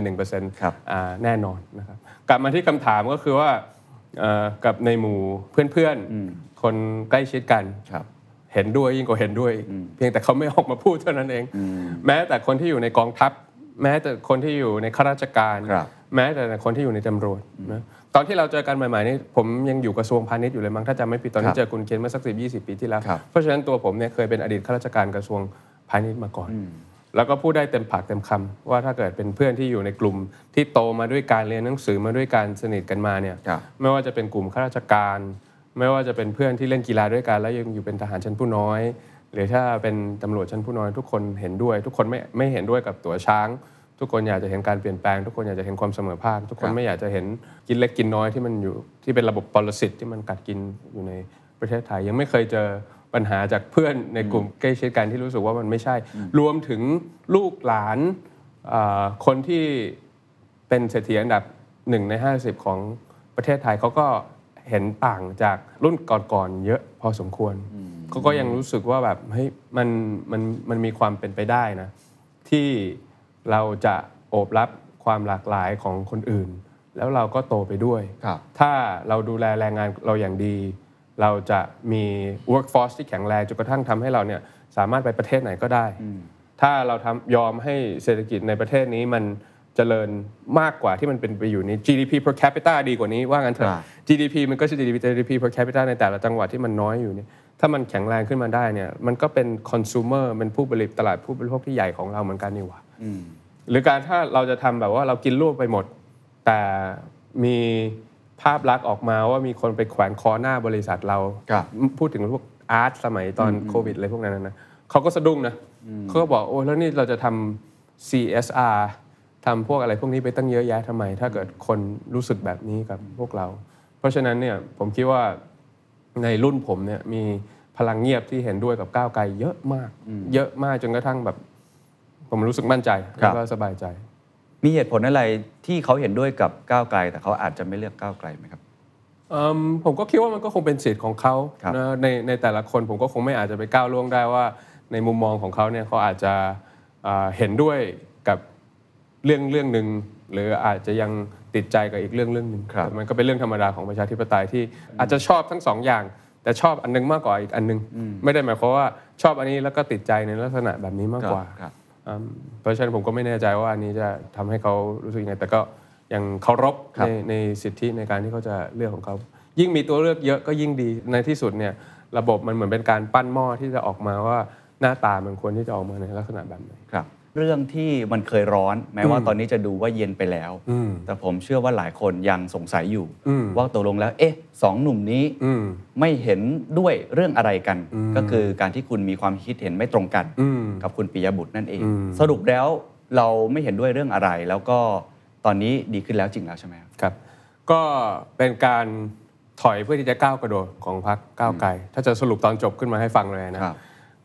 1% แน่นอนนะครับกลับมาที่คำถามก็คือว่ากับในหมู่เพื่อนๆคนใกล้ชิดกันเห็นด้วยยิ่งกว่าเห็นด้วยเพียงแต่เขาไม่ออกมาพูดเท่านั้นเองแม้แต่คนที่อยู่ในกองทัพแม้แต่คนที่อยู่ในข้าราชการแม้แต่คนที่อยู่ในตำรวจนะตอนที่เราเจอกันใหม่ๆนี่ผมยังอยู่กระทรวงพาณิชย์อยู่เลยมั้งถ้าจำไม่ผิดตอนที่เจอคุณเคนเมื่อสัก10-20 ปีที่แล้วเพราะฉะนั้นตัวผมเนี่ยเคยเป็นอดีตข้าราชการกระทรวงพาณิชย์มาก่อนแล้วก็พูดได้เต็มปากเต็มคำว่าถ้าเกิดเป็นเพื่อนที่อยู่ในกลุ่มที่โตมาด้วยการเรียนหนังสือมาด้วยการสนิทกันมาเนี่ยไม่ว่าจะเป็นกลุ่มข้าราชการไม่ว่าจะเป็นเพื่อนที่เล่นกีฬาด้วยกันแล้วยังอยู่เป็นทหารชั้นผู้น้อยหรือถ้าเป็นตำรวจชั้นผู้น้อยทุกคนเห็นด้วยทุกคนไม่เห็นด้วยกับตั๋วช้างทุกคนอยากจะเห็นการเปลี่ยนแปลงทุกคนอยากจะเห็นความเสมอภาคทุกคนไม่อยากจะเห็นกินเล็กกินน้อยที่มันอยู่ที่เป็นระบบปรสิตที่มันกัดกินอยู่ในประเทศไทยยังไม่เคยเจอปัญหาจากเพื่อนในกลุ่มใกล้ชิดกันที่รู้สึกว่ามันไม่ใช่รวมถึงลูกหลานคนที่เป็นเศรษฐีอันดับ1 ใน 50ของประเทศไทยเขาก็เห็นต่างจากรุ่นก่อนๆเยอะพอสมควรเขาก็ยังรู้สึกว่าแบบเฮ้ยมันมีความเป็นไปได้นะที่เราจะโอบรับความหลากหลายของคนอื่นแล้วเราก็โตไปด้วยถ้าเราดูแลแรงงานเราอย่างดีเราจะมี workforce ที่แข็งแรงจนกระทั่งทำให้เราเนี่ยสามารถไปประเทศไหนก็ได้ถ้าเรายอมให้เศรษฐกิจในประเทศนี้มันเจริญมากกว่าที่มันเป็นไปอยู่นี้ GDP per capita ดีกว่านี้ว่างั้นเถอะ GDP มันก็คือ GDP per capita ในแต่ละจังหวัดที่มันน้อยอยู่นี่ถ้ามันแข็งแรงขึ้นมาได้เนี่ยมันก็เป็น consumer เป็นผู้ผลิตตลาดผู้บริโภคที่ใหญ่ของเราเหมือนกันนี่หว่าหรือการถ้าเราจะทำแบบว่าเรากินรวบไปหมดแต่มีภาพลักษณ์ออกมาว่ามีคนไปแขวนคอหน้าบริษัทเราพูดถึงพวกอาร์ตสมัยตอนโควิดอะไรพวกนั้นนะเขาก็สะดุ้งนะเขาก็บอกโอ้แล้วนี่เราจะทำ CSR ทำพวกอะไรพวกนี้ไปตั้งเยอะแยะทำไมถ้าเกิดคนรู้สึกแบบนี้กับพวกเราเพราะฉะนั้นเนี่ยผมคิดว่าในรุ่นผมเนี่ยมีพลังเงียบที่เห็นด้วยกับก้าวไกลเยอะมากจนกระทั่งแบบผมรู้สึกมั่นใจแล้วก็สบายใจมีเหตุผลอะไรที่เขาเห็นด้วยกับก้าวไกลแต่เขาอาจจะไม่เลือกก้าวไกลไหมครับผมก็คิดว่ามันก็คงเป็นสิทธิ์ของเขานะในแต่ละคนผมก็คงไม่อาจจะไปก้าวล่วงได้ว่าในมุมมองของเขาเนี่ยเขาอาจจะเห็นด้วยกับเรื่องนึงหรืออาจจะยังติดใจกับอีกเรื่องนึงมันก็เป็นเรื่องธรรมดาของประชาธิปไตยที่อาจจะชอบทั้งสองอย่างแต่ชอบอันนึงมากกว่าอีกอันนึงไม่ได้หมายความว่าชอบอันนี้แล้วก็ติดใจในลักษณะแบบนี้มากกว่าเพราะฉะนั้นผมก็ไม่แน่ใจว่าอันนี้จะทำให้เขารู้สึกยังไงแต่ก็ยังเคารพในสิทธิในการที่เขาจะเลือกของเขายิ่งมีตัวเลือกเยอะก็ยิ่งดีในที่สุดเนี่ยระบบมันเหมือนเป็นการปั้นหม้อที่จะออกมาว่าหน้าตามันควรที่จะออกมาในลักษณะแบบไหนครับเรื่องที่มันเคยร้อนแม้ว่าตอนนี้จะดูว่าเย็นไปแล้วแต่ผมเชื่อว่าหลายคนยังสงสัยอยู่ว่าตกลงแล้วสองหนุ่มนี้ไม่เห็นด้วยเรื่องอะไรกันก็คือการที่คุณมีความคิดเห็นไม่ตรงกันกับคุณปิยบุตรนั่นเองสรุปแล้วเราไม่เห็นด้วยเรื่องอะไรแล้วก็ตอนนี้ดีขึ้นแล้วจริงแล้วใช่ไหมครับก็เป็นการถอยเพื่อที่จะก้าวกระโดดของพรรคก้าวไกลถ้าจะสรุปตอนจบขึ้นมาให้ฟังเลยนะ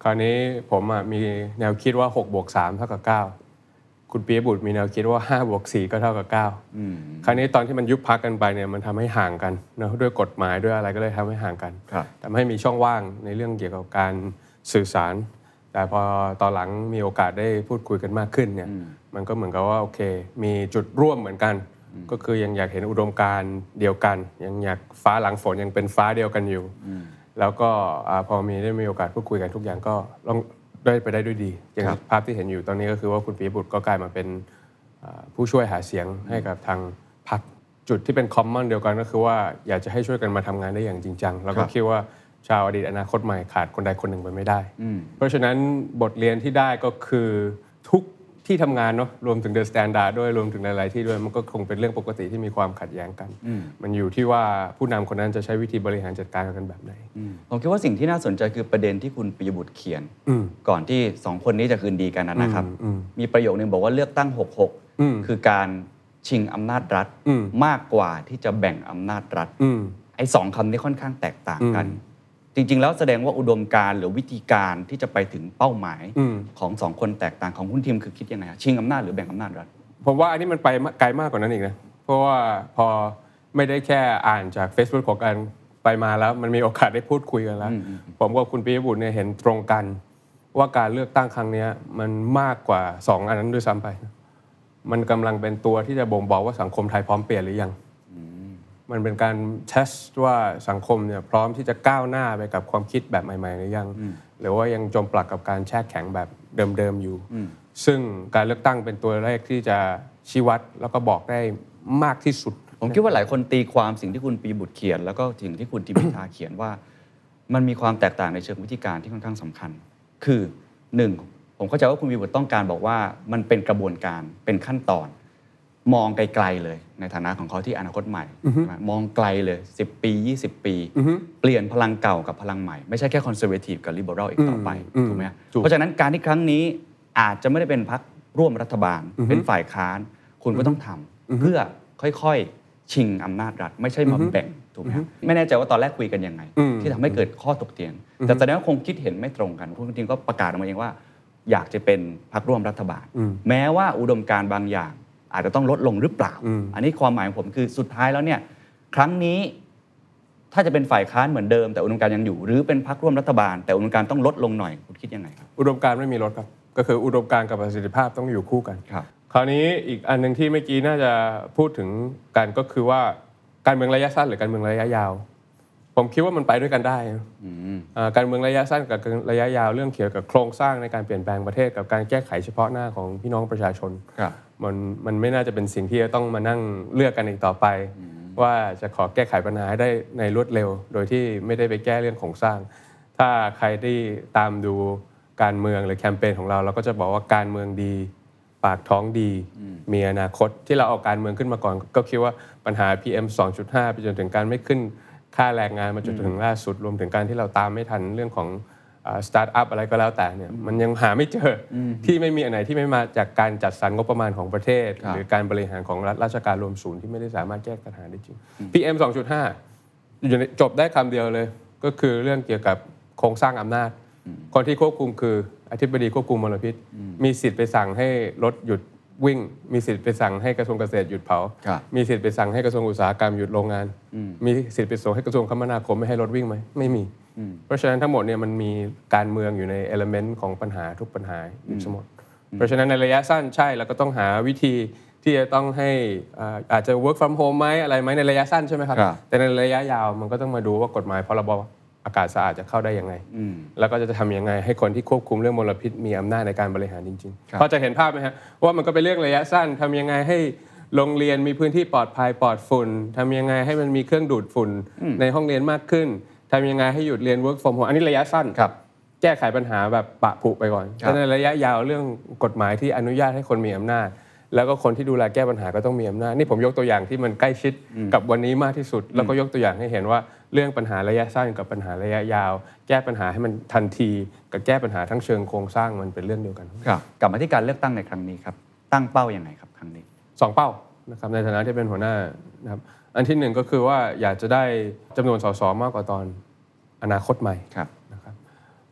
คราวนี้ผมมีแนวคิดว่า6 + 3 เท่ากับ 9คุณปิยบุตรมีแนวคิดว่า5 + 4 ก็เท่ากับ9คราวนี้ตอนที่มันยุบพรรคกันไปเนี่ยมันทำให้ห่างกันนะด้วยกฎหมายด้วยอะไรก็เลยทำให้ห่างกันทำให้มีช่องว่างในเรื่องเกี่ยวกับการสื่อสารแต่พอตอนหลังมีโอกาสได้พูดคุยกันมากขึ้นเนี่ยมันก็เหมือนกับว่าโอเคมีจุดร่วมเหมือนกันก็คือยังอยากเห็นอุดมการณ์เดียวกันยังอยากฟ้าหลังฝนยังเป็นฟ้าเดียวกันอยู่แล้วก็พอได้มีโอกาสพูดคุยกันทุกอย่างก็ได้ไปได้ด้วยดีอย่างภาพที่เห็นอยู่ตอนนี้ก็คือว่าคุณปิยบุตรก็กลายมาเป็นผู้ช่วยหาเสียงให้กับทางพรรคจุดที่เป็นคอมมอนเดียวกันก็คือว่าอยากจะให้ช่วยกันมาทำงานได้อย่างจริงจังแล้วก็คิดว่าชาวอดีตอนาคตใหม่ขาดคนใดคนหนึ่งไปไม่ได้เพราะฉะนั้นบทเรียนที่ได้ก็คือทุกที่ทำงานเนาะรวมถึง The Standard ด้วยรวมถึงหลายๆที่ด้วยมันก็คงเป็นเรื่องปกติที่มีความขัดแย้งกันมันอยู่ที่ว่าผู้นำคนนั้นจะใช้วิธีบริหารจัดการกันแบบไหนผมคิดว่าสิ่งที่น่าสนใจคือประเด็นที่คุณปิยบุตรเขียนก่อนที่2คนนี้จะคืนดีกันนะครับมีประโยคนึงบอกว่าเลือกตั้ง66คือการชิงอำนาจรัฐมากกว่าที่จะแบ่งอำนาจรัฐไอ้2คำนี้ค่อนข้างแตกต่างกันจริงๆแล้วแสดงว่าอุดมการณ์หรือวิธีการที่จะไปถึงเป้าหมายของ2คนแตกต่างของคุณทีมคือคิดยังไงชิงอำนาจหรือแบ่งอำนาจรัฐผมว่าอันนี้มันไปไกลมากกว่านั้นอีกนะเพราะว่าพอไม่ได้แค่อ่านจาก Facebook ของการไปมาแล้วมันมีโอกาสได้พูดคุยกันแล้วผมกับคุณปิยบุตรเนี่ยเห็นตรงกันว่าการเลือกตั้งครั้งนี้มันมากกว่า2อันนั้นด้วยซ้ำไปมันกำลังเป็นตัวที่จะบ่งบอกว่าสังคมไทยพร้อมเปลี่ยนหรือยังมันเป็นการเทสต์ว่าสังคมเนี่ยพร้อมที่จะก้าวหน้าไปกับความคิดแบบใหม่ๆหรือยังหรือว่ายังจมปลักกับการแช่แข็งแบบเดิมๆอยู่ซึ่งการเลือกตั้งเป็นตัวแรกที่จะชี้วัดแล้วก็บอกได้มากที่สุดผมคิดว่าหลายคนตีความสิ่งที่คุณปิยบุตรเขียนแล้วก็สิ่งที่คุณทิมพิธาเขียนว่ามันมีความแตกต่างในเชิงวิธีการที่ค่อนข้างสำคัญคือ1ผมเข้าใจว่าคุณปิยบุตรต้องการบอกว่ามันเป็นกระบวนการเป็นขั้นตอนมองไกลๆเลยในฐานะของเขาที่อนาคตใหม่มองไกลเลย10ปี20ปีเปลี่ยนพลังเก่ากับพลังใหม่ไม่ใช่แค่คอนเซอร์เวทีฟกับลิเบอรัลอีกต่อไปถูกไหมเพราะฉะนั้นการที่ครั้งนี้อาจจะไม่ได้เป็นพรรคร่วมรัฐบาลเป็นฝ่ายค้านคุณก็ต้องทำเพื่อค่อยๆชิงอำนาจรัฐไม่ใช่มาแบ่งถูกไหมไม่แน่ใจว่าตอนแรกคุยกันยังไงที่ทำให้เกิดข้อตกเถียงแต่แสดงว่าคงคิดเห็นไม่ตรงกันคุณจริงก็ประกาศออกมาเองว่าอยากจะเป็นพรรคร่วมรัฐบาลแม้ว่าอุดมการณ์บางอย่างอาจจะต้องลดลงหรือเปล่าอันนี้ความหมายของผมคือสุดท้ายแล้วเนี่ยครั้งนี้ถ้าจะเป็นฝ่ายค้านเหมือนเดิมแต่อุดมการณ์ยังอยู่หรือเป็นพรรคร่วมรัฐบาลแต่อุดมการณ์ต้องลดลงหน่อยคุณคิดยังไงครับอุดมการณ์ไม่มีลดครับก็คืออุดมการณ์กับประสิทธิภาพต้องอยู่คู่กันคราวนี้อีกอันนึงที่เมื่อกี้น่าจะพูดถึงกันก็คือว่าการเมืองระยะสั้นหรือการเมืองระยะยาวผมคิดว่ามันไปด้วยกันได้การเมืองระยะสั้นกับระยะยาวเรื่องเกี่ยวกับโครงสร้างในการเปลี่ยนแปลงประเทศกับการแก้ไขเฉพาะหน้าของพี่น้องประชาชนมันไม่น่าจะเป็นสิ่งที่จะต้องมานั่งเลือกกันอีกต่อไปว่าจะขอแก้ไขปัญหาได้ในรวดเร็วโดยที่ไม่ได้ไปแก้เรื่องโครงสร้างถ้าใครได้ตามดูการเมืองหรือแคมเปญของเราก็จะบอกว่าการเมืองดีปากท้องดีมีอนาคตที่เราเอาการเมืองขึ้นมาก่อนก็คิดว่าปัญหา PM 2.5 ไปจนถึงการไม่ขึ้นค่าแรงงานมาจนถึงล่าสุดรวมถึงการที่เราตามไม่ทันเรื่องของสตาร์ทอัพอะไรก็แล้วแต่เนี่ยมันยังหาไม่เจอที่ไม่มีอันไหนที่ไม่มาจากการจัดสรรงบประมาณของประเทศหรือการบริหารของรัฐราชการรวมศูนย์ที่ไม่ได้สามารถแก้ปัญหาได้จริง PM 2.5 จบได้คำเดียวเลยก็คือเรื่องเกี่ยวกับโครงสร้างอำนาจคนที่ควบคุมคืออธิบดีควบคุมมลพิษมีสิทธิ์ไปสั่งให้รถหยุดวิ่งมีสิทธิ์ไปสั่งให้กระทรวงเกษตรหยุดเผามีสิทธิ์ไปสั่งให้กระทรวงอุตสาหกรรมหยุดโรงงานมีสิทธิ์ไปส่งให้กระทรวงคมนาคมไม่ให้รถวิ่งไหมไม่มีเพราะฉะนั้นทั้งหมดเนี่ยมันมีการเมืองอยู่ในเอลิเมนต์ของปัญหาทุกปัญหาอยู่ทั้งหมดเพราะฉะนั้นในระยะสั้นใช่เราก็ต้องหาวิธีที่จะต้องให้อาจจะ work from home ไหมอะไรไหมในระยะสั้นใช่ไหมครับแต่ในระยะยาวมันก็ต้องมาดูว่ากฎหมายพรบอากาศสะอาดจะเข้าได้ยังไงแล้วก็จะทำยังไงให้คนที่ควบคุมเรื่องมลพิษมีอำนาจในการบริหารจริงๆพอจะเห็นภาพไหมฮะว่ามันก็เป็นเรื่องระยะสั้นทำยังไงให้โรงเรียนมีพื้นที่ปลอดภัยปลอดฝุ่นทำยังไงให้มันมีเครื่องดูดฝุ่นในห้องเรียนมากขึ้นทำยังไงให้หยุดเรียน work from home อันนี้ระยะสั้นแก้ไขปัญหาแบบปะผุไปก่อนแต่ในระยะยาวเรื่องกฎหมายที่อนุญาตให้คนมีอำนาจแล้วก็คนที่ดูแลแก้ปัญหาก็ต้องมีอำนาจนี่ผมยกตัวอย่างที่มันใกล้ชิดกับวันนี้มากที่สุดแล้วก็ยกตัวอย่างให้เห็นว่าเรื่องปัญหาระยะสั้นกับปัญหาระยะยาวแก้ปัญหาให้มันทันทีกับแก้ปัญหาทั้งเชิงโครงสร้างมันเป็นเรื่องเดียวกันครับกลับมาที่การเลือกตั้งในครั้งนี้ครับตั้งเป้าอย่างไรครับครั้งนี้ 2เป้านะครับในฐานะที่เป็นหัวหน้านะครับอันที่1ก็คือว่าอยากจะได้จำนวนสสมากกว่าตอนอนาคตใหม่นะครับ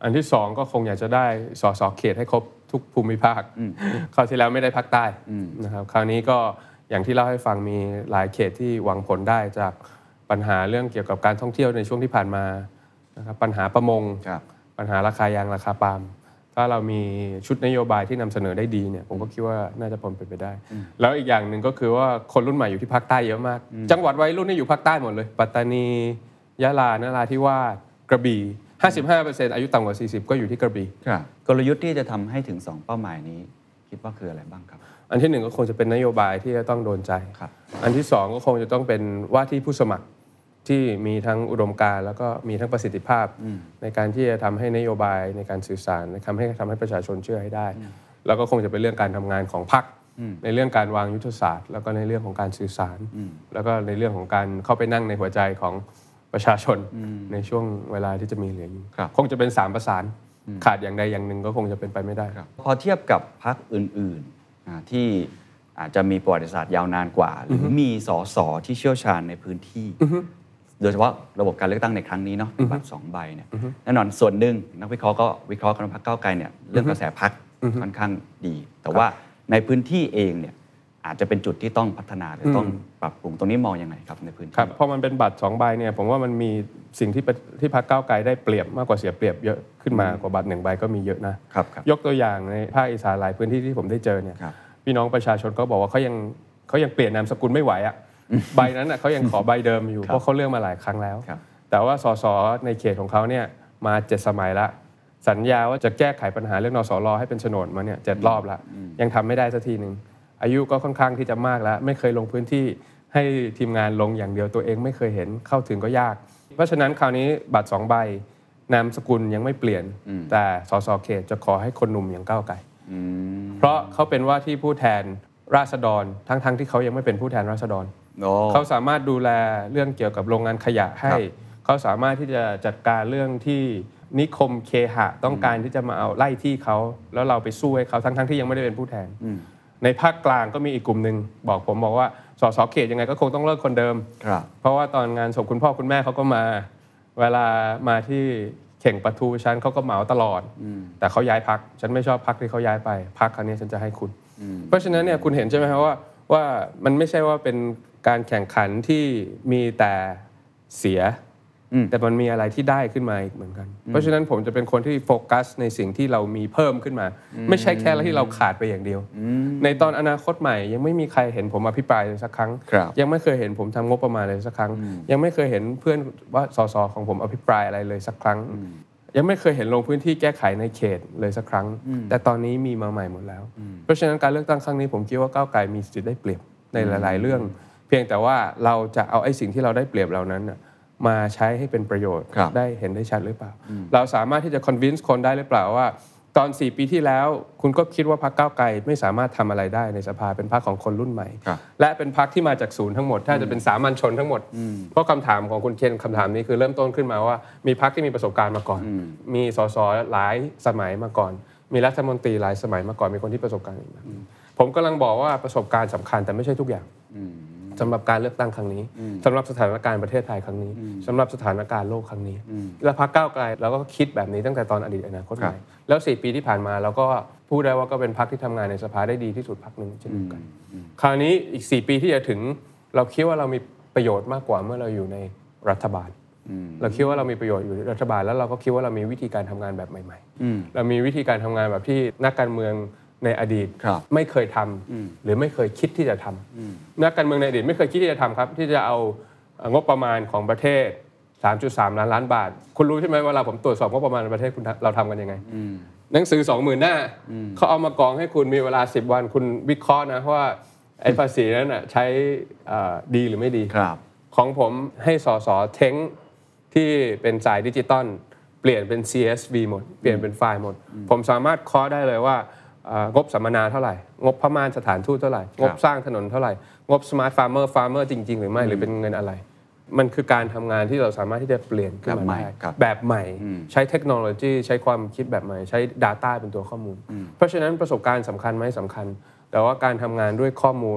อันที่สองก็คงอยากจะได้สสเขตให้ครบทุกภูมิภาคคราวที่แล้วไม่ได้ภาคใต้นะครับคราวนี้ก็อย่างที่เล่าให้ฟังมีหลายเขตที่หวังผลได้จากปัญหาเรื่องเกี่ยวกับการท่องเที่ยวในช่วงที่ผ่านมานะครับปัญหาประมงปัญหาราคายางราคาปาล์มถ้าเรามีชุดนโยบายที่นำเสนอได้ดีเนี่ยผมก็คิดว่าน่าจะเป็นไปได้แล้วอีกอย่างหนึ่งก็คือว่าคนรุ่นใหม่อยู่ที่ภาคใต้เยอะมากจังหวัดวัยรุ่นนี่อยู่ภาคใต้หมดเลยปัตตานียะลานราธิวาสกระบี่ 55% อายุต่ำกว่า40ก็อยู่ที่กระบี่กลยุทธ์ที่จะทำให้ถึง2เป้าหมายนี้คิดว่าคืออะไรบ้างครับอันที่1ก็คงจะเป็นนโยบายที่จะต้องโดนใจอันที่2ก็คงจะต้องเป็นว่าที่ผู้สมัครที่มีทั้งอุดมการณ์แล้วก็มีทั้งประสิทธิภาพในการที่จะทำให้นโยบายในการสื่อสารทำให้ประชาชนเชื่อให้ได้แล้วก็คงจะเป็นเรื่องการทำงานของพรรคในเรื่องการวางยุทธศาสตร์แล้วก็ในเรื่องของการสื่อสารแล้วก็ในเรื่องของการเข้าไปนั่งในหัวใจของประชาชนในช่วงเวลาที่จะมีเหลืออยู่คงจะเป็น3ประสานขาดอย่างใดอย่างหนึ่งก็คงจะเป็นไปไม่ได้พอเทียบกับพรรคอื่นๆที่อาจจะมีประวัติศาสตร์ยาวนานกว่าหรือมีสสที่เชี่ยวชาญในพื้นที่โดยเฉพาะระบบการเลือกตั้งในครั้งนี้เนาะบัตร2ใบเนี่ยแน่นอนส่วนหนึ่งนักวิเคราะห์ก็วิเคราะห์กันว่าพรรคก้าวไกลเนี่ยเรื่องกระแสพรรคค่อนข้างดีแต่ว่าในพื้นที่เองเนี่ยอาจจะเป็นจุดที่ต้องพัฒนาหรือต้องปรับปรุงตรงนี้มองยังไงครับในพื้นที่ครับพอมันเป็นบัตร2ใบเนี่ยผมว่ามันมีสิ่งที่พรรคก้าวไกลได้เปรียบมากกว่าเสียเปรียบเยอะขึ้นมากว่าบัตร1ใบก็มีเยอะนะยกตัวอย่างในภาคอีสานหลายพื้นที่ที่ผมได้เจอเนี่ยพี่น้องประชาชนก็บอกว่าเขายังเปลี่ยนนามสกุลไม่ไหวอ่ะใบนั้นเขายังขอใบเดิมอยู่เพราะเขาเลือกมาหลายครั้งแล้วแต่ว่าสสในเขตของเขาเนี่ยมา7สมัยละสัญญาว่าจะแก้ไขปัญหาเรื่องนสรให้เป็นโฉนดมาเนี่ย7รอบละยังทำไม่ได้สักทีนึงอายุก็ค่อนข้างที่จะมากแล้วไม่เคยลงพื้นที่ให้ทีมงานลงอย่างเดียวตัวเองไม่เคยเห็นเข้าถึงก็ยากเพราะฉะนั้นคราวนี้บัตร2ใบนามสกุลยังไม่เปลี่ยนแต่สสเขตจะขอให้คนหนุ่มอย่างก้าวไกลเพราะเขาเป็นว่าที่ผู้แทนราษฎรทั้งที่เขายังไม่เป็นผู้แทนราษฎรเขาสามารถดูแลเรื่องเกี่ยวกับโรงงานขยะให้เขาสามารถที่จะจัดการเรื่องที่นิคมเคหะต้องการที่จะมาเอาไล่ที่เขาแล้วเราไปสู้ให้เขาทั้งที่ยังไม่ได้เป็นผู้แทนในภาคกลางก็มีอีกกลุ่มนึงบอกว่าสสเขตยังไงก็คงต้องเลิกคนเดิมเพราะว่าตอนงานศพคุณพ่อคุณแม่เขาก็มาเวลามาที่เข่งปะทูฉันเขาก็เหมาตลอดแต่เขาย้ายพรรคฉันไม่ชอบพรรคที่เขาย้ายไปพรรคครั้งนี้ฉันจะให้คุณเพราะฉะนั้นเนี่ยคุณเห็นใช่ไหมครับว่ามันไม่ใช่ว่าเป็นการแข่งขันที่มีแต่เสียแต่มันมีอะไรที่ได้ขึ้นมาอีกเหมือนกันเพราะฉะนั้นผมจะเป็นคนที่โฟกัสในสิ่งที่เรามีเพิ่มขึ้นมาไม่ใช่แค่ที่เราขาดไปอย่างเดียวในตอนอนาคตใหม่ยังไม่มีใครเห็นผมอภิปรายเลยสักครั้งยังไม่เคยเห็นผมทำงบประมาณเลยสักครั้งยังไม่เคยเห็นเพื่อนว่าสสของผมอภิปรายอะไรเลยสักครั้งยังไม่เคยเห็นลงพื้นที่แก้ไขในเขตเลยสักครั้งแต่ตอนนี้มีมาใหม่หมดแล้วเพราะฉะนั้นการเลือกตั้งครั้งนี้ผมคิดว่าก้าวไกลมีสิทธิ์ได้เปรียบในหลายๆเรื่องเพียงแต่ว่าเราจะเอาไอ้สิ่งที่เราได้เปรียบเหล่านั้นมาใช้ให้เป็นประโยชน์ได้เห็นได้ชัดหรือเปล่าเราสามารถที่จะ convince คนได้หรือเปล่าว่าตอน4ปีที่แล้วคุณก็คิดว่าพรรคก้าวไกลไม่สามารถทำอะไรได้ในสภาเป็นพรรคของคนรุ่นใหม่และเป็นพรรคที่มาจากศูนย์ทั้งหมดถ้าจะเป็นสามัญชนทั้งหมดเพราะคำถามของคุณเคนคำถามนี้คือเริ่มต้นขึ้นมาว่ามีพรรคที่มีประสบการณ์มาก่อนมีสสหลายสมัยมาก่อนมีรัฐมนตรีหลายสมัยมาก่อนมีคนที่ประสบการณ์อีกผมกำลังบอกว่าประสบการณ์สำคัญแต่ไม่ใช่ทุกอย่างสำหรับการเลือกตั้งครั้งนี้สำหรับสถานการณ์ประเทศไทยครั้งนี้สำหรับสถานการณ์โลกครั้งนี้และพรรคก้าวไกลเราก็คิดแบบนี้ตั้งแต่ตอนอดีตอนาคตใหม่แล้ว4ปีที่ผ่านมาเราก็พูดได้ว่าก็เป็นพรรคที่ทำงานในสภาได้ดีที่สุดพรรคนึงเช่นเดียวกันคราวนี้อีก4ปีที่จะถึงเราคิดว่าเรามีประโยชน์มากกว่าเมื่อเราอยู่ในรัฐบาลเราคิดว่าเรามีประโยชน์อยู่ในรัฐบาลแล้วเราก็คิดว่าเรามีวิธีการทำงานแบบใหม่ๆเรามีวิธีการทำงานแบบที่นักการเมืองในอดีตไม่เคยทำหรือไม่เคยคิดที่จะทำนักการเมืองในอดีตไม่เคยคิดที่จะทำครับที่จะเอางบประมาณของประเทศ 3.3 ล้านบาทคุณรู้ใช่ไหมเวลาผมตรวจสอบงบประมาณประเทศคุณเราทำกันยังไงหนังสือ 20,000 หน้าเขาเอามากองให้คุณมีเวลา10วันคุณวิเคราะห์นะว่าไอ้ภาษีนั้นน่ะใช้ดีหรือไม่ดีของผมให้สสเท้งที่เป็นสายดิจิตอลเปลี่ยนเป็น CSV หมดเปลี่ยนเป็นไฟล์หมดผมสามารถเคาะได้เลยว่างบสัมมนาเท่าไหร่งบพม่านสถานทูตเท่าไหร่งบสร้างถนนเท่าไหร่งบสมาร์ทฟาร์เมอร์จริงๆหรือไม่หรือเป็นเงินอะไรมันคือการทำงานที่เราสามารถที่จะเปลี่ยนขึ้นมาได้แบบใหม่ใช้เทคโนโลยีใช้ความคิดแบบใหม่ใช้ Data เป็นตัวข้อมูลเพราะฉะนั้นประสบการณ์สำคัญไหมสำคัญแต่ว่าการทำงานด้วยข้อมูล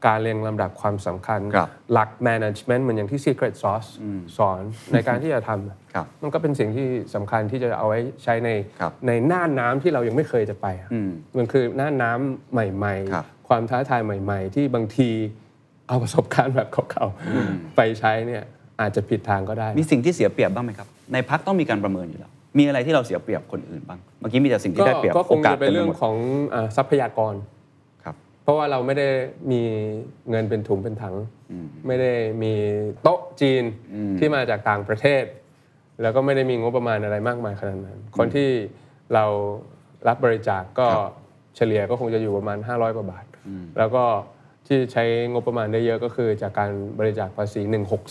การเรียงลำดับความสำคัญหลัก management เหมือนอย่างที่ Secret Sauce สอนในการที่จะทำมันก็เป็นสิ่งที่สำคัญที่จะเอาไว้ใช้ในน่านน้ำที่เรายังไม่เคยจะไปมันคือน่านน้ำใหม่ๆความท้าทายใหม่ๆที่บางทีเอาประสบการณ์แบบเก่าๆไปใช้เนี่ยอาจจะผิดทางก็ได้มีสิ่งที่เสียเปรียบบ้างไหมครับในพรรคต้องมีการประเมินอยู่แล้วมีอะไรที่เราเสียเปรียบคนอื่นบ้างเมื่อกี้มีแต่สิ่งที่ได้เปรียบก็คงจะเป็นเรื่องของทรัพยากรเพราะว่าเราไม่ได้มีเงินเป็นถุงเป็นถังไม่ได้มีโต๊ะจีนที่มาจากต่างประเทศแล้วก็ไม่ได้มีงบประมาณอะไรมากมายขนาดนั้นคนที่เรารับบริจาคก็เฉลี่ยก็คงจะอยู่ประมาณ500กว่าบาทแล้วก็ที่ใช้งบประมาณได้เยอะก็คือจากการบริจาคภาษี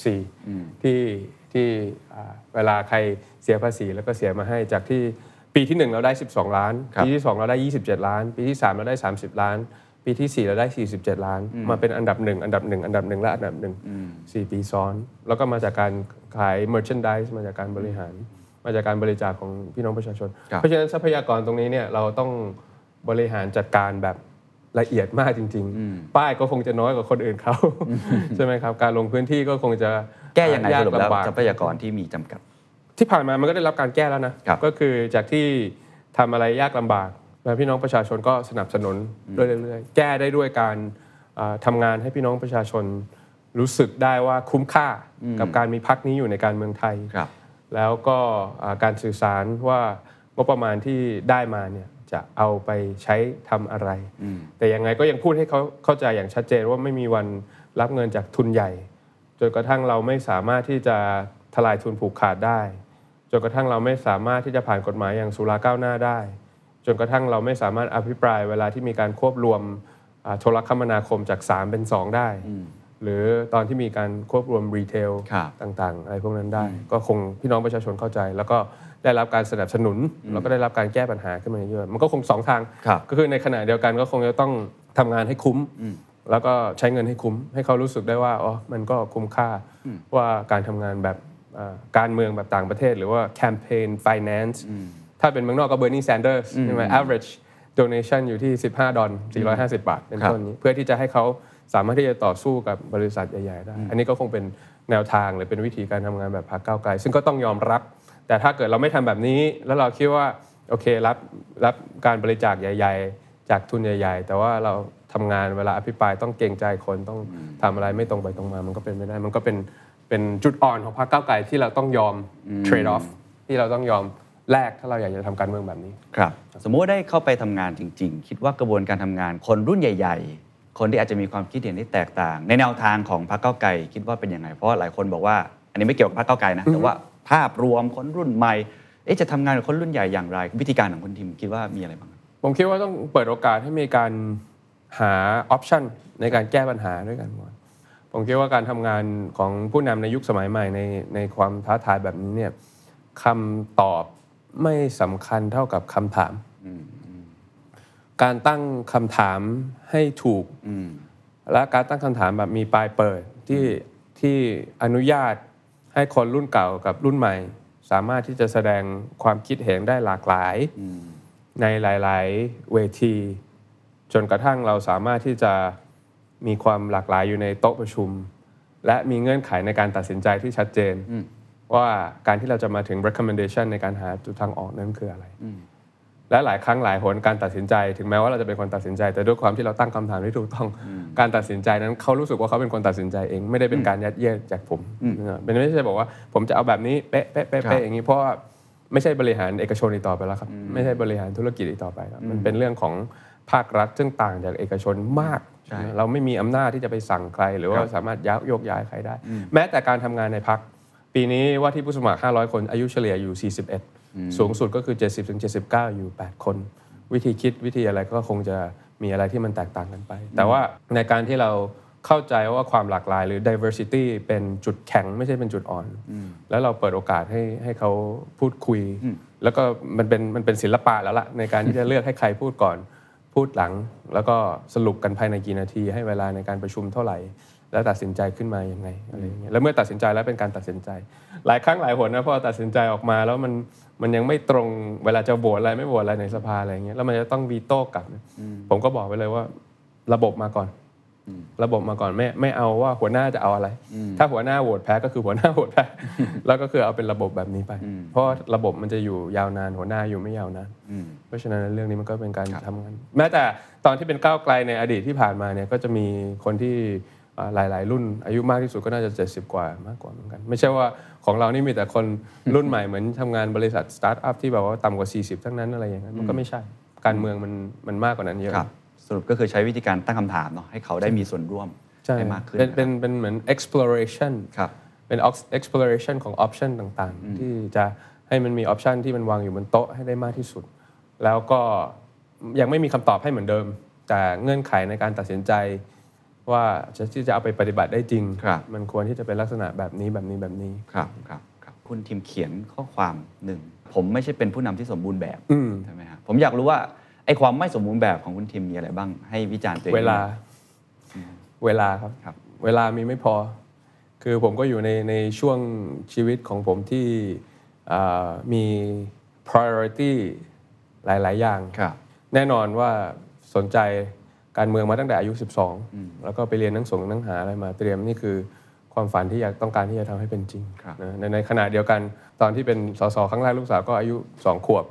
164ที่เวลาใครเสียภาษีแล้วก็เสียมาให้จากที่ปีที่1เราได้12ล้านปีที่2เราได้27ล้านปีที่3เราได้30ล้านปีที่4เราได้47ล้านมาเป็นอันดับ1อันดับ1อันดับ1และอันดับ1 4ปีซ้อนแล้วก็มาจากการขาย merchandise มาจากการบริหารมาจากการบริจาคของพี่น้องประชาชนเพราะฉะนั้นทรัพยากรตรงนี้เนี่ยเราต้องบริหารจัดการแบบละเอียดมากจริงๆป้ายก็คงจะน้อยกว่าคนอื่นเขาใช่ไหมครับการลงพื้นที่ก็คงจะแก้ยังไงสรุปแล้วทรัพยากรที่มีจำกัดที่ผ่านมามันก็ได้รับการแก้แล้วนะก็คือจากที่ทำอะไรยากลำบากแล้วพี่น้องประชาชนก็สนับสนุนเรื่อยๆแก้ได้ด้วยการทำงานให้พี่น้องประชาชนรู้สึกได้ว่าคุ้มค่ากับการมีพรรคนี้อยู่ในการเมืองไทยแล้วก็การสื่อสารว่างบประมาณที่ได้มาเนี่ยจะเอาไปใช้ทำอะไรแต่ยังไงก็ยังพูดให้เขาเข้าใจอย่างชัดเจนว่าไม่มีวันรับเงินจากทุนใหญ่จนกระทั่งเราไม่สามารถที่จะทลายทุนผูกขาดได้จนกระทั่งเราไม่สามารถที่จะผ่านกฎหมายอย่างสุราก้าวหน้าได้จนกระทั่งเราไม่สามารถอภิปรายเวลาที่มีการควบรวมโทรคมนาคมจาก3เป็น2ได้หรือตอนที่มีการควบรวมรีเทลต่างๆอะไรพวกนั้นได้ก็คงพี่น้องประชาชนเข้าใจแล้วก็ได้รับการสนับสนุนแล้วก็ได้รับการแก้ปัญหาขึ้นมาเยอะมันก็คง2ทางก็คือในขณะเดียวกันก็คงจะต้องทำงานให้คุ้มแล้วก็ใช้เงินให้คุ้มให้เขารู้สึกได้ว่าอ๋อมันก็คุ้มค่าว่าการทำงานแบบการเมืองแบบต่างประเทศหรือว่า campaign finance ถ้าเป็นเมืองนอกก็ Bernie Sanders ใช่ไหม average donation อยู่ที่$15 450 บาทเป็นต้นนี้เพื่อที่จะให้เขาสามารถที่จะต่อสู้กับบริษัทใหญ่ๆได้อันนี้ก็คงเป็นแนวทางหรือเป็นวิธีการทำงานแบบพรรคก้าวไกลซึ่งก็ต้องยอมรับแต่ถ้าเกิดเราไม่ทำแบบนี้แล้วเราคิดว่าโอเครับการบริจาคใหญ่ๆจากทุนใหญ่ๆแต่ว่าเราทำงานเวลาอภิปรายต้องเกรงใจคนต้องทำอะไรไม่ตรงไปตรงมามันก็เป็นไม่ได้มันก็เป็นจุดอ่อนของพรรคก้าวไกลที่เราต้องยอม trade off ที่เราต้องยอมแลกถ้าเราอยากจะทำการเมืองแบบนี้ครับสมมุติว่าได้เข้าไปทำงานจริงๆคิดว่ากระบวนการทำงานคนรุ่นใหญ่ๆคนที่อาจจะมีความคิดเห็นที่แตกต่างในแนวทางของพรรคก้าวไกลคิดว่าเป็นยังไงเพราะหลายคนบอกว่าอันนี้ไม่เกี่ยวกับพรรคก้าวไกลนะแต่ว่าภาพรวมคนรุ่นใหม่จะทำงานกับคนรุ่นใหญ่อย่างไรวิธีการของคุณทิมคิดว่ามีอะไรบ้างผมคิดว่าต้องเปิดโอกาสให้มีการหาออปชันในการแก้ปัญหาด้วยกันหมดผมคิดว่าการทำงานของผู้นำในยุคสมัยใหม่ในความท้าทายแบบนี้เนี่ยคำตอบไม่สำคัญเท่ากับคำถามการตั้งคำถามให้ถูกและการตั้งคำถามแบบมีปลายเปิดที่อนุญาตให้คนรุ่นเก่ากับรุ่นใหม่สามารถที่จะแสดงความคิดเห็นได้หลากหลายในหลายๆเวทีจนกระทั่งเราสามารถที่จะมีความหลากหลายอยู่ในโต๊ะประชุมและมีเงื่อนไขในการตัดสินใจที่ชัดเจนว่าการที่เราจะมาถึง recommendation ในการหาจุดทางออกนั้นคืออะไรและหลายครั้งหลายหนการตัดสินใจถึงแม้ว่าเราจะเป็นคนตัดสินใจแต่ด้วยความที่เราตั้งคำถามที่ถูกต้องการตัดสินใจนั้นเขารู้สึกว่าเขาเป็นคนตัดสินใจเองไม่ได้เป็นการยัดเยียดจากผมไม่ใช่บอกว่าผมจะเอาแบบนี้เป๊ะๆๆอย่างนี้เพราะว่าไม่ใช่บริหารเอกชนอีกต่อไปแล้วครับไม่ใช่บริหารธุรกิจอีกต่อไปแล้วมันเป็นเรื่องของภาครัฐซึ่งต่างจากเอกชนมากเราไม่มีอำนาจที่จะไปสั่งใครหรือว่าสามารถโยกย้ายใครได้แม้แต่การทำงานในพรรคปีนี้ว่าที่ผู้สมัคร500คนอายุเฉลี่ยอยู่41สูงสุดก็คือ 70-79 อยู่8คนวิธีคิดวิธีอะไรก็คงจะมีอะไรที่มันแตกต่างกันไปแต่ว่าในการที่เราเข้าใจว่าความหลากหลายหรือ diversity เป็นจุดแข็งไม่ใช่เป็นจุดอ่อนแล้วเราเปิดโอกาสให้เขาพูดคุยแล้วก็มันเป็นศิลปะแล้วล่ะในการที่จะเลือกให้ใครพูดก่อนพูดหลังแล้วก็สรุปกันภายในกี่นาทีให้เวลาในการประชุมเท่าไหร่แล้วตัดสินใจขึ้นมายังไงอะไรอย่างเงี้ยแล้วเมื่อตัดสินใจแล้วเป็นการตัดสินใจหลายครั้งหลายหนนะพอตัดสินใจออกมาแล้วมันยังไม่ตรงเวลาจะโหวตอะไรไม่โหวตอะไรในสภาอะไรอย่างเงี้ยแล้วมันจะต้องวีโต้กลับผมก็บอกไปเลยว่าระบบมาก่อนระบบมาก่อนไม่เอาว่าหัวหน้าจะเอาอะไรถ้าหัวหน้าโหวตแพ้ก็คือหัวหน้าโหวตแพ้แล้วก็คือเอาเป็นระบบแบบนี้ไปเพราะระบบมันจะอยู่ยาวนานหัวหน้าอยู่ไม่ยาวนานเพราะฉะนั้นเรื่องนี้มันก็เป็นการทำงานแม้แต่ตอนที่เป็นก้าวไกลในอดีตที่ผ่านมาเนี่ยก็จะมีคนที่หลายๆรุ่นอายุมากที่สุดก็น่าจะ70กว่ามากกว่าเหมือนกันไม่ใช่ว่าของเรานี่มีแต่คนรุ่นใหม่เหมือนทำงานบริษัทสตาร์ทอัพที่แบบว่าต่ำกว่า40ทั้งนั้นอะไรอย่างนั้นมันก็ไม่ใช่การเมืองมันมากกว่านั้นเยอะสรุปก็คือใช้วิธีการตั้งคำถามเนาะให้เขาได้มีส่วนร่วมให้มากขึ้นเป็นเหมือน exploration เป็น exploration ของ option ต่างๆที่จะให้มันมี option ที่มันวางอยู่บนโต๊ะให้ได้มากที่สุดแล้วก็ยังไม่มีคำตอบให้เหมือนเดิมแต่เงื่อนไขในการตัดสินใจว่าที่จะเอาไปปฏิบัติได้จริงมันควรที่จะเป็นลักษณะแบบนี้ครับคุณทีมเขียนข้อความหนึ่งผมไม่ใช่เป็นผู้นำที่สมบูรณ์แบบใช่ไหมครับผมอยากรู้ว่าไอ้ความไม่สมบูรณ์แบบของคุณทีมมีอะไรบ้างให้วิจารณ์ตัวเองเวลาครับเวลามีไม่พอคือผมก็อยู่ในช่วงชีวิตของผมที่มี priority หลายๆอย่างแน่นอนว่าสนใจการเมืองมาตั้งแต่อายุ12แล้วก็ไปเรียนหนังหาอะไรมาเตรียมนี่คือความฝันที่ต้องการที่จะทำให้เป็นจริงในขณะเดียวกันตอนที่เป็นสสครั้งแรกลูกสาวก็อายุ2ขวบ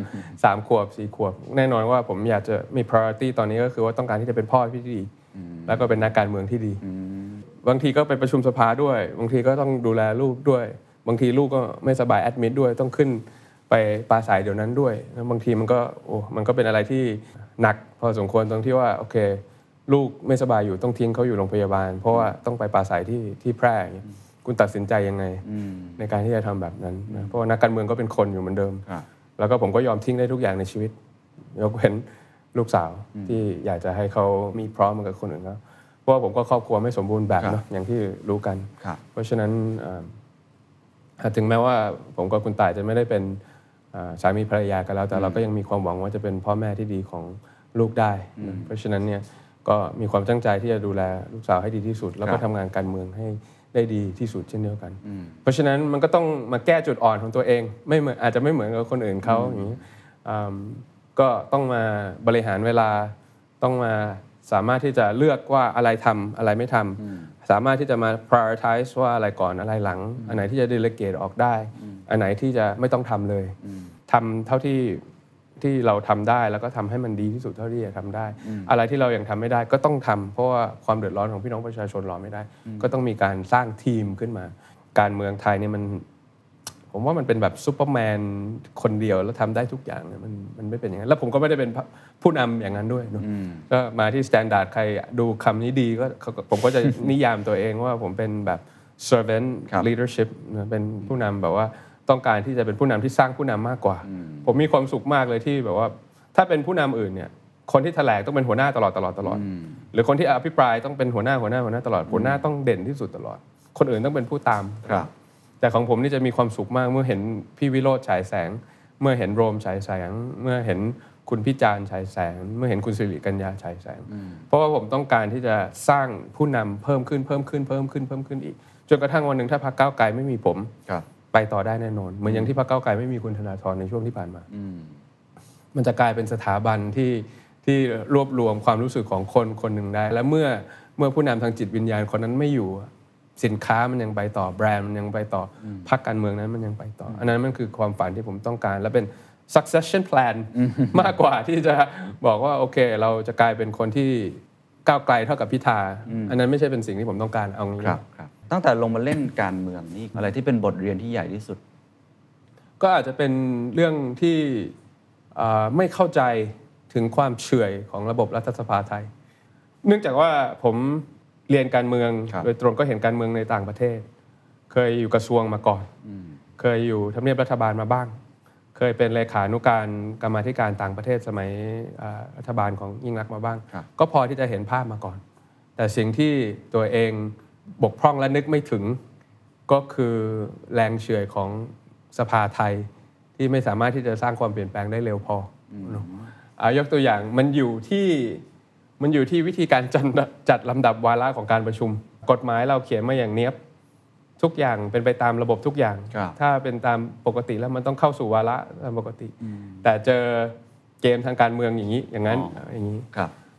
3 ขวบ 4 ขวบแน่นอนว่าผมอยากจะมี priority ตอนนี้ก็คือว่าต้องการที่จะเป็นพ่อที่ดีแล้วก็เป็นนักการเมืองที่ดีบางทีก็ไปประชุมสภาด้วยบางทีก็ต้องดูแลลูกด้วยบางทีลูกก็ไม่สบายแอดมิดด้วยต้องขึ้นไปปราศัยเดี๋ยวนั้นด้วยแล้วบางทีมันก็เป็นอะไรที่หนักพอสมควรตรงที่ว่าโอเคลูกไม่สบายอยู่ต้องทิ้งเขาอยู่โรงพยาบาลเพราะว่าต้องไปปราศัยที่แพร่คุณตัดสินใจยังไงในการที่จะทำแบบนั้นนะเพราะว่านักการเมืองก็เป็นคนอยู่เหมือนเดิมแล้วก็ผมก็ยอมทิ้งได้ทุกอย่างในชีวิตยกเว้นลูกสาวที่อยากจะให้เขามีพร้อมเหมือนกับคนอื่นแล้วเพราะว่าผมก็ครอบครัวไม่สมบูรณ์แบบเนาะอย่างที่รู้กันเพราะฉะนั้นถึงแม้ว่าผมกับคุณต่ายจะไม่ได้เป็นสามีภรรยากันแล้วแต่เราก็ยังมีความหวังว่าจะเป็นพ่อแม่ที่ดีของลูกได้เพราะฉะนั้นเนี่ยก็มีความตั้งใจที่จะดูแลลูกสาวให้ดีที่สุดแล้วก็ทำงานการเมืองให้ได้ดีที่สุดเช่นเดียวกันเพราะฉะนั้นมันก็ต้องมาแก้จุดอ่อนของตัวเองไม่เหมือนอาจจะไม่เหมือนกับคนอื่นเขาอย่างนี้ก็ต้องมาบริหารเวลาต้องมาสามารถที่จะเลือกว่าอะไรทำอะไรไม่ทำสามารถที่จะมา prioritize ว่าอะไรก่อนอะไรหลังอันไหนที่จะ delegate ออกได้อันไหนที่จะไม่ต้องทำเลยทำเท่าที่เราทำได้แล้วก็ทำให้มันดีที่สุดเท่าที่จะทำได้อะไรที่เรายังทำไม่ได้ก็ต้องทำเพราะว่าความเดือดร้อนของพี่น้องประชาชนรอไม่ได้ก็ต้องมีการสร้างทีมขึ้นมาการเมืองไทยเนี่ยผมว่ามันเป็นแบบซูเปอร์แมนคนเดียวแล้วทำได้ทุกอย่างเนี่ยมันไม่เป็นอย่างนั้นแล้วผมก็ไม่ได้เป็นผู้นำอย่างนั้นด้วยก็มาที่สแตนดาร์ดใครดูคำนี้ดีก็ผมก็จะนิยามตัวเองว่าผมเป็นแบบ servant leadership เป็นผู้นำแบบว่าต้องการที่จะเป็นผู้นำที่สร้างผู้นำมากกว่าผมมีความสุขมากเลยที่แบบว่าถ้าเป็นผู้นำอื่นเนี่ยคนที่แถลงต้องเป็นหัวหน้าตลอดหรือคนที่อภิปรายต้องเป็นหัวหน้าตลอดหัวหน้าต้องเด่นที่สุดตลอดคนอื่นต้องเป็นผู้ตามแต่ของผมนี่จะมีความสุขมากเมื่อเห็นพี่วิโรจน์ฉายแสงเมื่อเห็นโรมฉายแสงเมื่อเห็นคุณพิจารณ์ฉายแสงเมื่อเห็นคุณสิริกัญญาฉายแสงเพราะว่าผมต้องการที่จะสร้างผู้นำเพิ่มขึ้นอีกจนกระทั่งวันนึงถ้าพรรคก้าวไกลไม่มีผมไปต่อได้แน่นอนเหมือนอย่างที่พรรคก้าวไกลไม่มีคุณธนาธรในช่วงที่ผ่านมามันจะกลายเป็นสถาบันที่รวบรวมความรู้สึกของคนหนึ่งได้และเมื่อผู้นำทางจิตวิญญาณคนนั้นไม่อยู่สินค้ามันยังไปต่อแบรนด์มันยังไปต่อพรรคการเมืองนั้นมันยังไปต่ออันนั้นมันคือความฝันที่ผมต้องการและเป็น succession plan มากกว่าที่จะบอกว่าโอเคเราจะกลายเป็นคนที่ก้าวไกลเท่ากับพิธาอันนั้นไม่ใช่เป็นสิ่งที่ผมต้องการเอางี้ครับตั้งแต่ลงมาเล่นการเมืองนี่อะไรที่เป็นบทเรียนที่ใหญ่ที่สุดก็อาจจะเป็นเรื่องที่ไม่เข้าใจถึงความเฉื่อยของระบบรัฐสภาไทยเนื่องจากว่าผมเรียนการเมืองโดยตรงก็เห็นการเมืองในต่างประเทศเคยอยู่กระทรวงมาก่อนเคยอยู่ทำเนียบรัฐบาลมาบ้างเคยเป็นเลขานุการกรรมาธิการต่างประเทศสมัยรัฐบาลของยิ่งลักษณ์มาบ้างก็พอที่จะเห็นภาพมาก่อนแต่สิ่งที่ตัวเองบกพร่องและนึกไม่ถึงก็คือแรงเฉื่อยของสภาไทยที่ไม่สามารถที่จะสร้างความเปลี่ยนแปลงได้เร็วพอยกตัวอย่างมันอยู่ที่วิธีการจัดลำดับวาระของการประชุมกฎหมายเราเขียนมาอย่างเนียบทุกอย่างเป็นไปตามระบบทุกอย่างถ้าเป็นตามปกติแล้วมันต้องเข้าสู่วาระตามปกติแต่เจอเกมทางการเมืองอย่างนี้อย่างนั้นอย่างนี้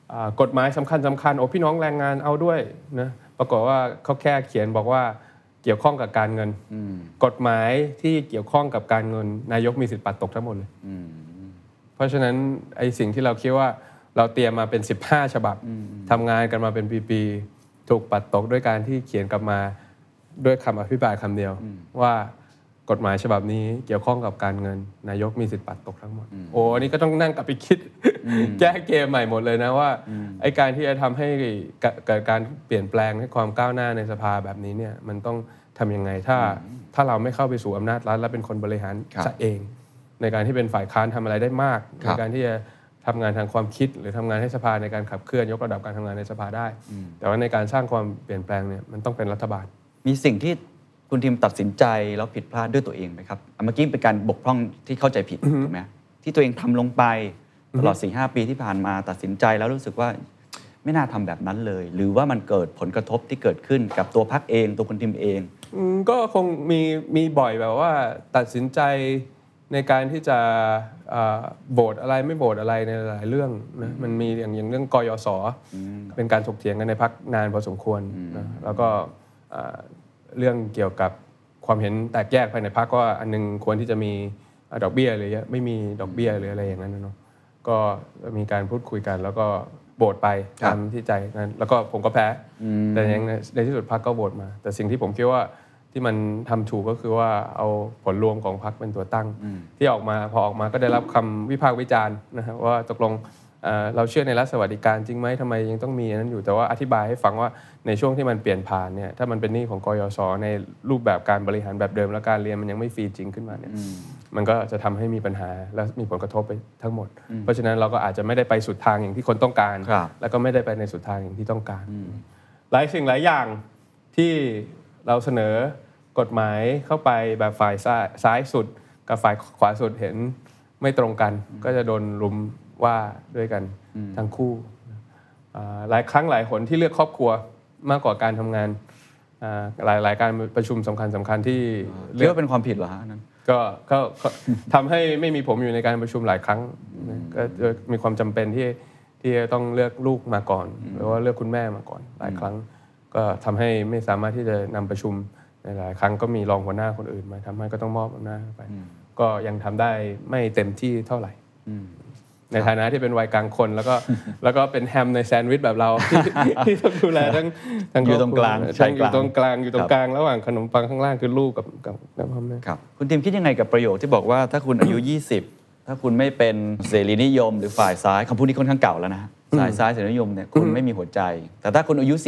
กฎหมายสำคัญโอ้พี่น้องแรงงานเอาด้วยนะปรากฏว่าเขาแค่เขียนบอกว่าเกี่ยวข้องกับการเงินกฎหมายที่เกี่ยวข้องกับการเงินนายกมีสิทธิ์ปัดตกทั้งหมดเลยเพราะฉะนั้นไอ้สิ่งที่เราคิดว่าเราเตรียมมาเป็น15ฉบับทำงานกันมาเป็นปีๆถูกปัดตกด้วยการที่เขียนกลับมาด้วยคำอภิปรายคำเดียวว่ากฎหมายฉบับนี้เกี่ยวข้องกับการเงินนายกมีสิทธิ์ปัดตกทั้งหมดโอ้อันนี้ก็ต้องนั่งกลับไปคิดแก้เกมใหม่หมดเลยนะว่าไอ้การที่จะทำให้เกิดการเปลี่ยนแปลงให้ความก้าวหน้าในสภาแบบนี้เนี่ยมันต้องทำยังไงถ้าเราไม่เข้าไปสู่อำนาจรัฐและเป็นคนบริหารซะเองในการที่เป็นฝ่ายค้านทำอะไรได้มากในการที่จะทำงานทางความคิดหรือทำงานให้สภาในการขับเคลื่อนยกระดับการทำงานในสภาได้แต่ว่าในการสร้างความเปลี่ยนแปลงเนี่ยมันต้องเป็นรัฐบาลมีสิ่งที่คุณทีมตัดสินใจแล้วผิดพลาดด้วยตัวเองไหมครับเมื่อกี้เป็นการบกพร่องที่เข้าใจผิดถูกไหมที่ตัวเองทำลงไปตลอด 4-5 ปีที่ผ่านมาตัดสินใจแล้วรู้สึกว่าไม่น่าทำแบบนั้นเลยหรือว่ามันเกิดผลกระทบที่เกิดขึ้นกับตัวพรรคเองตัวคุณทีมเองก็คงมีบ่อยแบบว่าตัดสินใจในการที่จะโหวตอะไรไม่โหวตอะไรในหลายเรื่องนะมันมีอย่างเรื่องกยศเป็นการถกเถียงกันในพรรคนานพอสมควรนะแล้วก็เรื่องเกี่ยวกับความเห็นแตกแยกภายในพรรคว่าอันนึงควรที่จะมีดอกเบี้ยหรือไม่มีดอกเบี้ยหรืออะไรอย่างนั้นเนาะก็มีการพูดคุยกันแล้วก็โหวตไปตามที่ใจนั้นแล้วก็ผมก็แพ้แต่ยังในที่สุดพรรคก็โหวตมาแต่สิ่งที่ผมคิดว่าที่มันทำถูกก็คือว่าเอาผลรวมของพรรคเป็นตัวตั้งที่ออกมาพอออกมาก็ได้รับคำวิพากษ์วิจารณ์นะครับว่าตกลงเราเชื่อในรัฐสวัสดิการจริงไหมทำไมยังต้องมีนั้นอยู่แต่ว่าอธิบายให้ฟังว่าในช่วงที่มันเปลี่ยนผ่านเนี่ยถ้ามันเป็นหนี้ของกยศในรูปแบบการบริหารแบบเดิมและการเรียนมันยังไม่ฟรีจริงขึ้นมาเนี่ยมันก็จะทำให้มีปัญหาและมีผลกระทบไปทั้งหมดเพราะฉะนั้นเราก็อาจจะไม่ได้ไปสุดทางอย่างที่คนต้องการแล้วก็ไม่ได้ไปในสุดทางอย่างที่ต้องการหลายสิ่งหลายอย่างที่เราเสนอกฎหมายเข้าไปแบบฝ่ายซ้ายสุดกับฝ่ายขวาสุดเห็นไม่ตรงกันก็จะโดนรุมว่าด้วยกันทั้งคู่หลายครั้งหลายหนที่เลือกครอบครัวมากกว่าการทำงานหลายการประชุมสำคัญที่เรียกว่าเป็นความผิดเหรอฮะนั้นก็ทำให้ไม่มีผมอยู่ในการประชุมหลายครั้งก็มีความจำเป็นที่จะต้องเลือกลูกมาก่อนหรือว่าเลือกคุณแม่มาก่อนหลายครั้งก็ทำให้ไม่สามารถที่จะนำประชุมในหลายครั้งก็มีรองหัวหน้าคนอื่นมาทำให้ก็ต้องมอบอำนาจไปก็ยังทำได้ไม่เต็มที่เท่าไหร่ในฐานะที่เป็นวัยกลางคนแล้วก็เป็นแฮมในแซนด์วิชแบบเราที่ต้องดูแลทั้งอยู่ตรงกลางอยู่ตรงกลางระหว่างขนมปังข้างล่างคือลูกกับพ่อแม่ครับคุณทีมคิดยังไงกับประโยคที่บอกว่าถ้าคุณอายุ20ถ้าคุณไม่เป็นเสรีนิยมหรือฝ่ายซ้ายคำพูดนี้ค่อนข้างเก่าแล้วนะสายซ้ายเสรีนิยมเนี่ยคุณไม่มีหัวใจแต่ถ้าคุณอายุ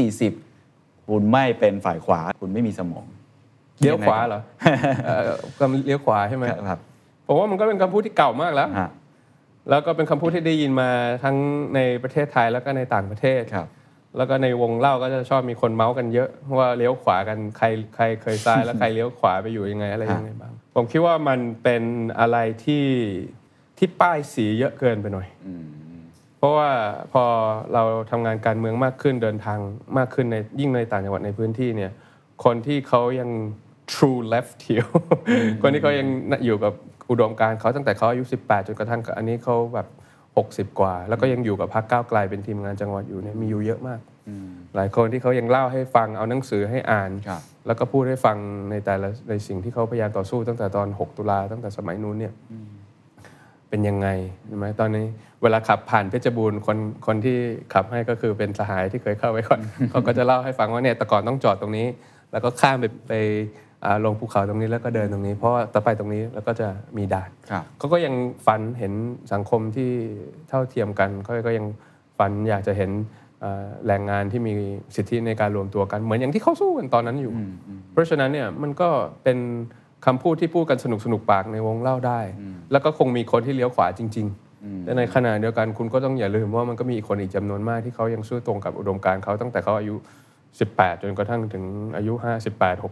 40คุณไม่เป็นฝ่ายขวาคุณไม่มีสมองเลี้ยวขวาเหรอเลี้ยวขวาใช่ไหมครับผมว่ามันก็เป็นคำพูดที่เก่ามากแล้วก็เป็นคำพูดที่ได้ยินมาทั้งในประเทศไทยแล้วก็ในต่างประเทศแล้วก็ในวงเล่าก็จะชอบมีคนเมาส์กันเยอะว่าเลี้ยวขวากันใครเคยซ้ายแล้วใครเลี้ยวขวาไปอยู่ยังไงอะไรยังไงบ้างผมคิดว่ามันเป็นอะไรที่ป้ายสีเยอะเกินไปหน่อยเพราะว่าพอเราทำงานการเมืองมากขึ้นเดินทางมากขึ้นในยิ่งในต่างจังหวัดในพื้นที่เนี่ยคนที่เขายัง true left อยู่คนที่เขายังอยู่กับอุดมการณ์เขาตั้งแต่เขาอายุ18จนกระทั่งอันนี้เขาแบบ60กว่าแล้วก็ยังอยู่กับพรรคก้าวไกลเป็นทีมงานจังหวัดอยู่เนี่ยมีอยู่เยอะมากหลายคนที่เขายังเล่าให้ฟังเอาหนังสือให้อ่านแล้วก็พูดให้ฟังในสิ่งที่เขาพยายามต่อสู้ตั้งแต่ตอน6ตุลาตั้งแต่สมัยนู้นเนี่ยเป็นยังไงใช่ไหมตอนนี้เวลาขับผ่านเพชรบูรณ์คนที่ขับให้ก็คือเป็นสหายที่เคยเข้าไว้ก่อนเขาก็จะเล่าให้ฟังว่าเนี่ยแต่ก่อนต้องจอดตรงนี้แล้วก็ข้ามไปลงภูเขาตรงนี้แล้วก็เดินตรงนี้เพราะว่าต่อไปตรงนี้แล้วก็จะมีด่านเขาก็ยังฝันเห็นสังคมที่เท่าเทียมกันเขาก็ยังฝันอยากจะเห็นแรงงานที่มีสิทธิในการรวมตัวกันเหมือนอย่างที่เขาสู้กันตอนนั้นอยู่เพราะฉะนั้นเนี่ยมันก็เป็นคำพูดที่พูดกันสนุกปากในวงเล่าได้แล้วก็คงมีคนที่เลี้ยวขวาจริงๆแต่ในขณะเดียวกันคุณก็ต้องอย่าลืมว่ามันก็มีคนอีกจำนวนมากที่เขายังสู้ตรงกับอุดมการณ์เขาตั้งแต่เขาอายุ18จนกระทั่งถึงอายุ58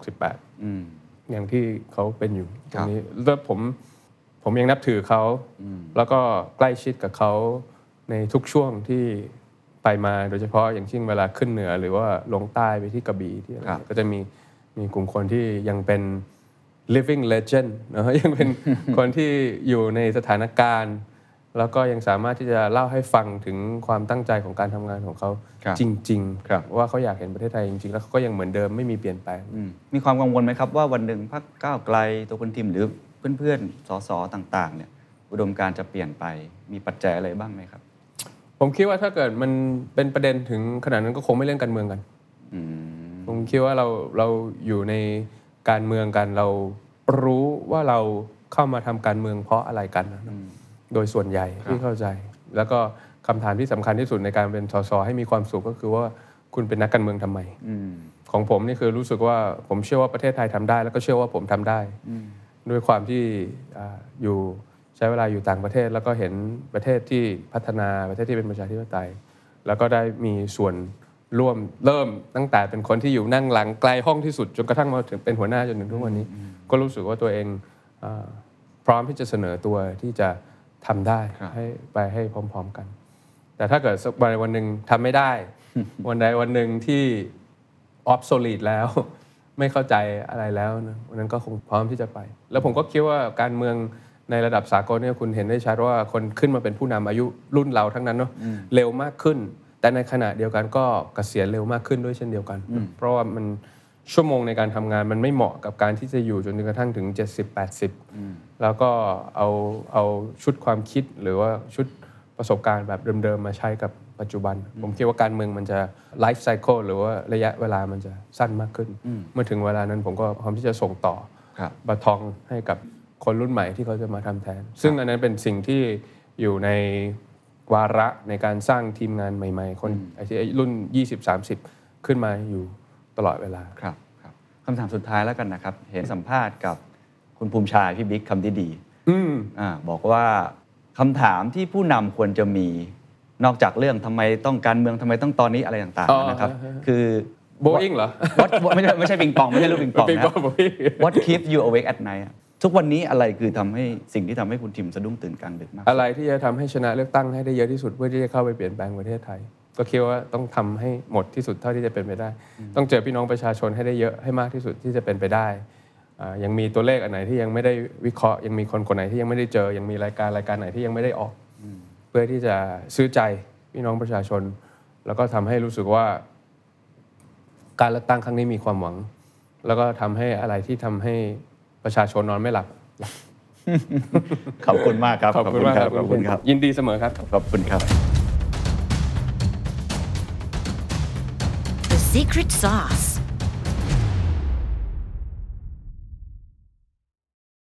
68อย่างที่เขาเป็นอยู่ตรงนี้แล้วผมยังนับถือเขาแล้วก็ใกล้ชิดกับเขาในทุกช่วงที่ไปมาโดยเฉพาะอย่างเช่นเวลาขึ้นเหนือหรือว่าลงใต้ไปที่กระบี่ที่อะไรก็จะมีกลุ่มคนที่ยังเป็น living legend นะยังเป็นคนที่อยู่ในสถานการณ์แล้วก็ยังสามารถที่จะเล่าให้ฟังถึงความตั้งใจของการทำงานของเขาจริงๆว่าเขาอยากเห็นประเทศไทยจริงๆแล้วเขาก็ยังเหมือนเดิมไม่มีเปลี่ยนแปลงมีความกังวลไหมครับว่าวันหนึ่งพรรคก้าวไกลตัวคุณทิมหรือเพื่อนๆสสต่างๆเนี่ยอุดมการณ์จะเปลี่ยนไปมีปัจจัยอะไรบ้างไหมครับผมคิดว่าถ้าเกิดมันเป็นประเด็นถึงขนาดนั้นก็คงไม่เล่นการเมืองกันผมคิดว่าเราอยู่ในการเมืองกันเรารู้ว่าเราเข้ามาทำการเมืองเพราะอะไรกันนะโดยส่วนใหญ่ที่เข้าใจแล้วก็คำถามที่สำคัญที่สุดในการเป็นสสให้มีความสุขก็คือว่าคุณเป็นนักการเมืองทำไมของผมนี่คือรู้สึกว่าผมเชื่อว่าประเทศไทยทำได้แล้วก็เชื่อว่าผมทำได้ด้วยความที่อยู่ใช้เวลาอยู่ต่างประเทศแล้วก็เห็นประเทศที่พัฒนาประเทศที่เป็นประชาธิปไตยแล้วก็ได้มีส่วนร่วมเริ่มตั้งแต่เป็นคนที่อยู่นั่งหลังไกลห้องที่สุดจนกระทั่งมาถึงเป็นหัวหน้าจนถึงทุกวันนี้ก็รู้สึกว่าตัวเองพร้อมที่จะเสนอตัวที่จะทำได้ให้พร้อมๆกันแต่ถ้าเกิดวันหนึ่งทำไม่ได้ วันใดวันหนึ่งที่ obsolete แล้วไม่เข้าใจอะไรแล้วนะวันนั้นก็คงพร้อมที่จะไปแล้วผมก็คิดว่าการเมืองในระดับสากลเนี่ยคุณเห็นได้ชัดว่าคนขึ้นมาเป็นผู้นำอายุรุ่นเราทั้งนั้นเนาะเร็วมากขึ้นแต่ในขณะเดียวกันก็เกษียณเร็วมากขึ้นด้วยเช่นเดียวกันเพราะว่ามันชั่วโมงในการทำงานมันไม่เหมาะกับการที่จะอยู่จนกระทั่งถึง 70-80 แล้วก็เอาชุดความคิดหรือว่าชุดประสบการณ์แบบเดิมๆมาใช้กับปัจจุบันผมคิดว่าการเมืองมันจะ life cycle หรือว่าระยะเวลามันจะสั้นมากขึ้นเมื่อถึงเวลานั้นผมก็พร้อมที่จะส่งต่อบาทองให้กับคนรุ่นใหม่ที่เขาจะมาทำแทนซึ่งอันนั้นเป็นสิ่งที่อยู่ในวาระในการสร้างทีมงานใหม่ๆคนรุ่น 20-30 ขึ้นมาอยู่ตลอดเวลาครับคำถามสุดท้ายแล้วกันนะครับเห็นสัมภาษณ์กับคุณภูมิชายพี่บิ๊กคำที่ดีบอกว่าคำถามที่ผู้นำควรจะมีนอกจากเรื่องทำไมต้องการเมืองทำไมต้องตอนนี้อะไรต่างๆนะครับคือโบอิงเหรอไม่ใช่ปิงปองไม่ใช่ลูกปิงปองนะ What keeps you awake at night ทุกวันนี้อะไรคือทำให้สิ่งที่ทำให้คุณทิมสะดุ้งตื่นกลางดึกมากอะไรที่จะทำให้ชนะเลือกตั้งให้ได้เยอะที่สุดเพื่อที่จะเข้าไปเปลี่ยนแปลงประเทศไทยก็คิดว่าต้องทำให้หมดที่สุดเท่าที่จะเป็นไปได้ต้องเจอพี่น้องประชาชนให้ได้เยอะให้มากที่สุดที่จะเป็นไปได้ยังมีตัวเลขอันไหนที่ยังไม่ได้วิเคราะห์ยังมีคนไหนที่ยังไม่ได้เจอยังมีรายการไหนที่ยังไม่ได้ออกเพื่อที่จะซื้อใจพี่น้องประชาชนแล้วก็ทำให้รู้สึกว่าการเลือกตั้งครั้งนี้มีความหวังแล้วก็ทำให้อะไรที่ทำให้ประชาชนนอนไม่หลับขอบคุณมากครับขอบคุณมากครับยินดีเสมอครับขอบคุณครับ The secret sauce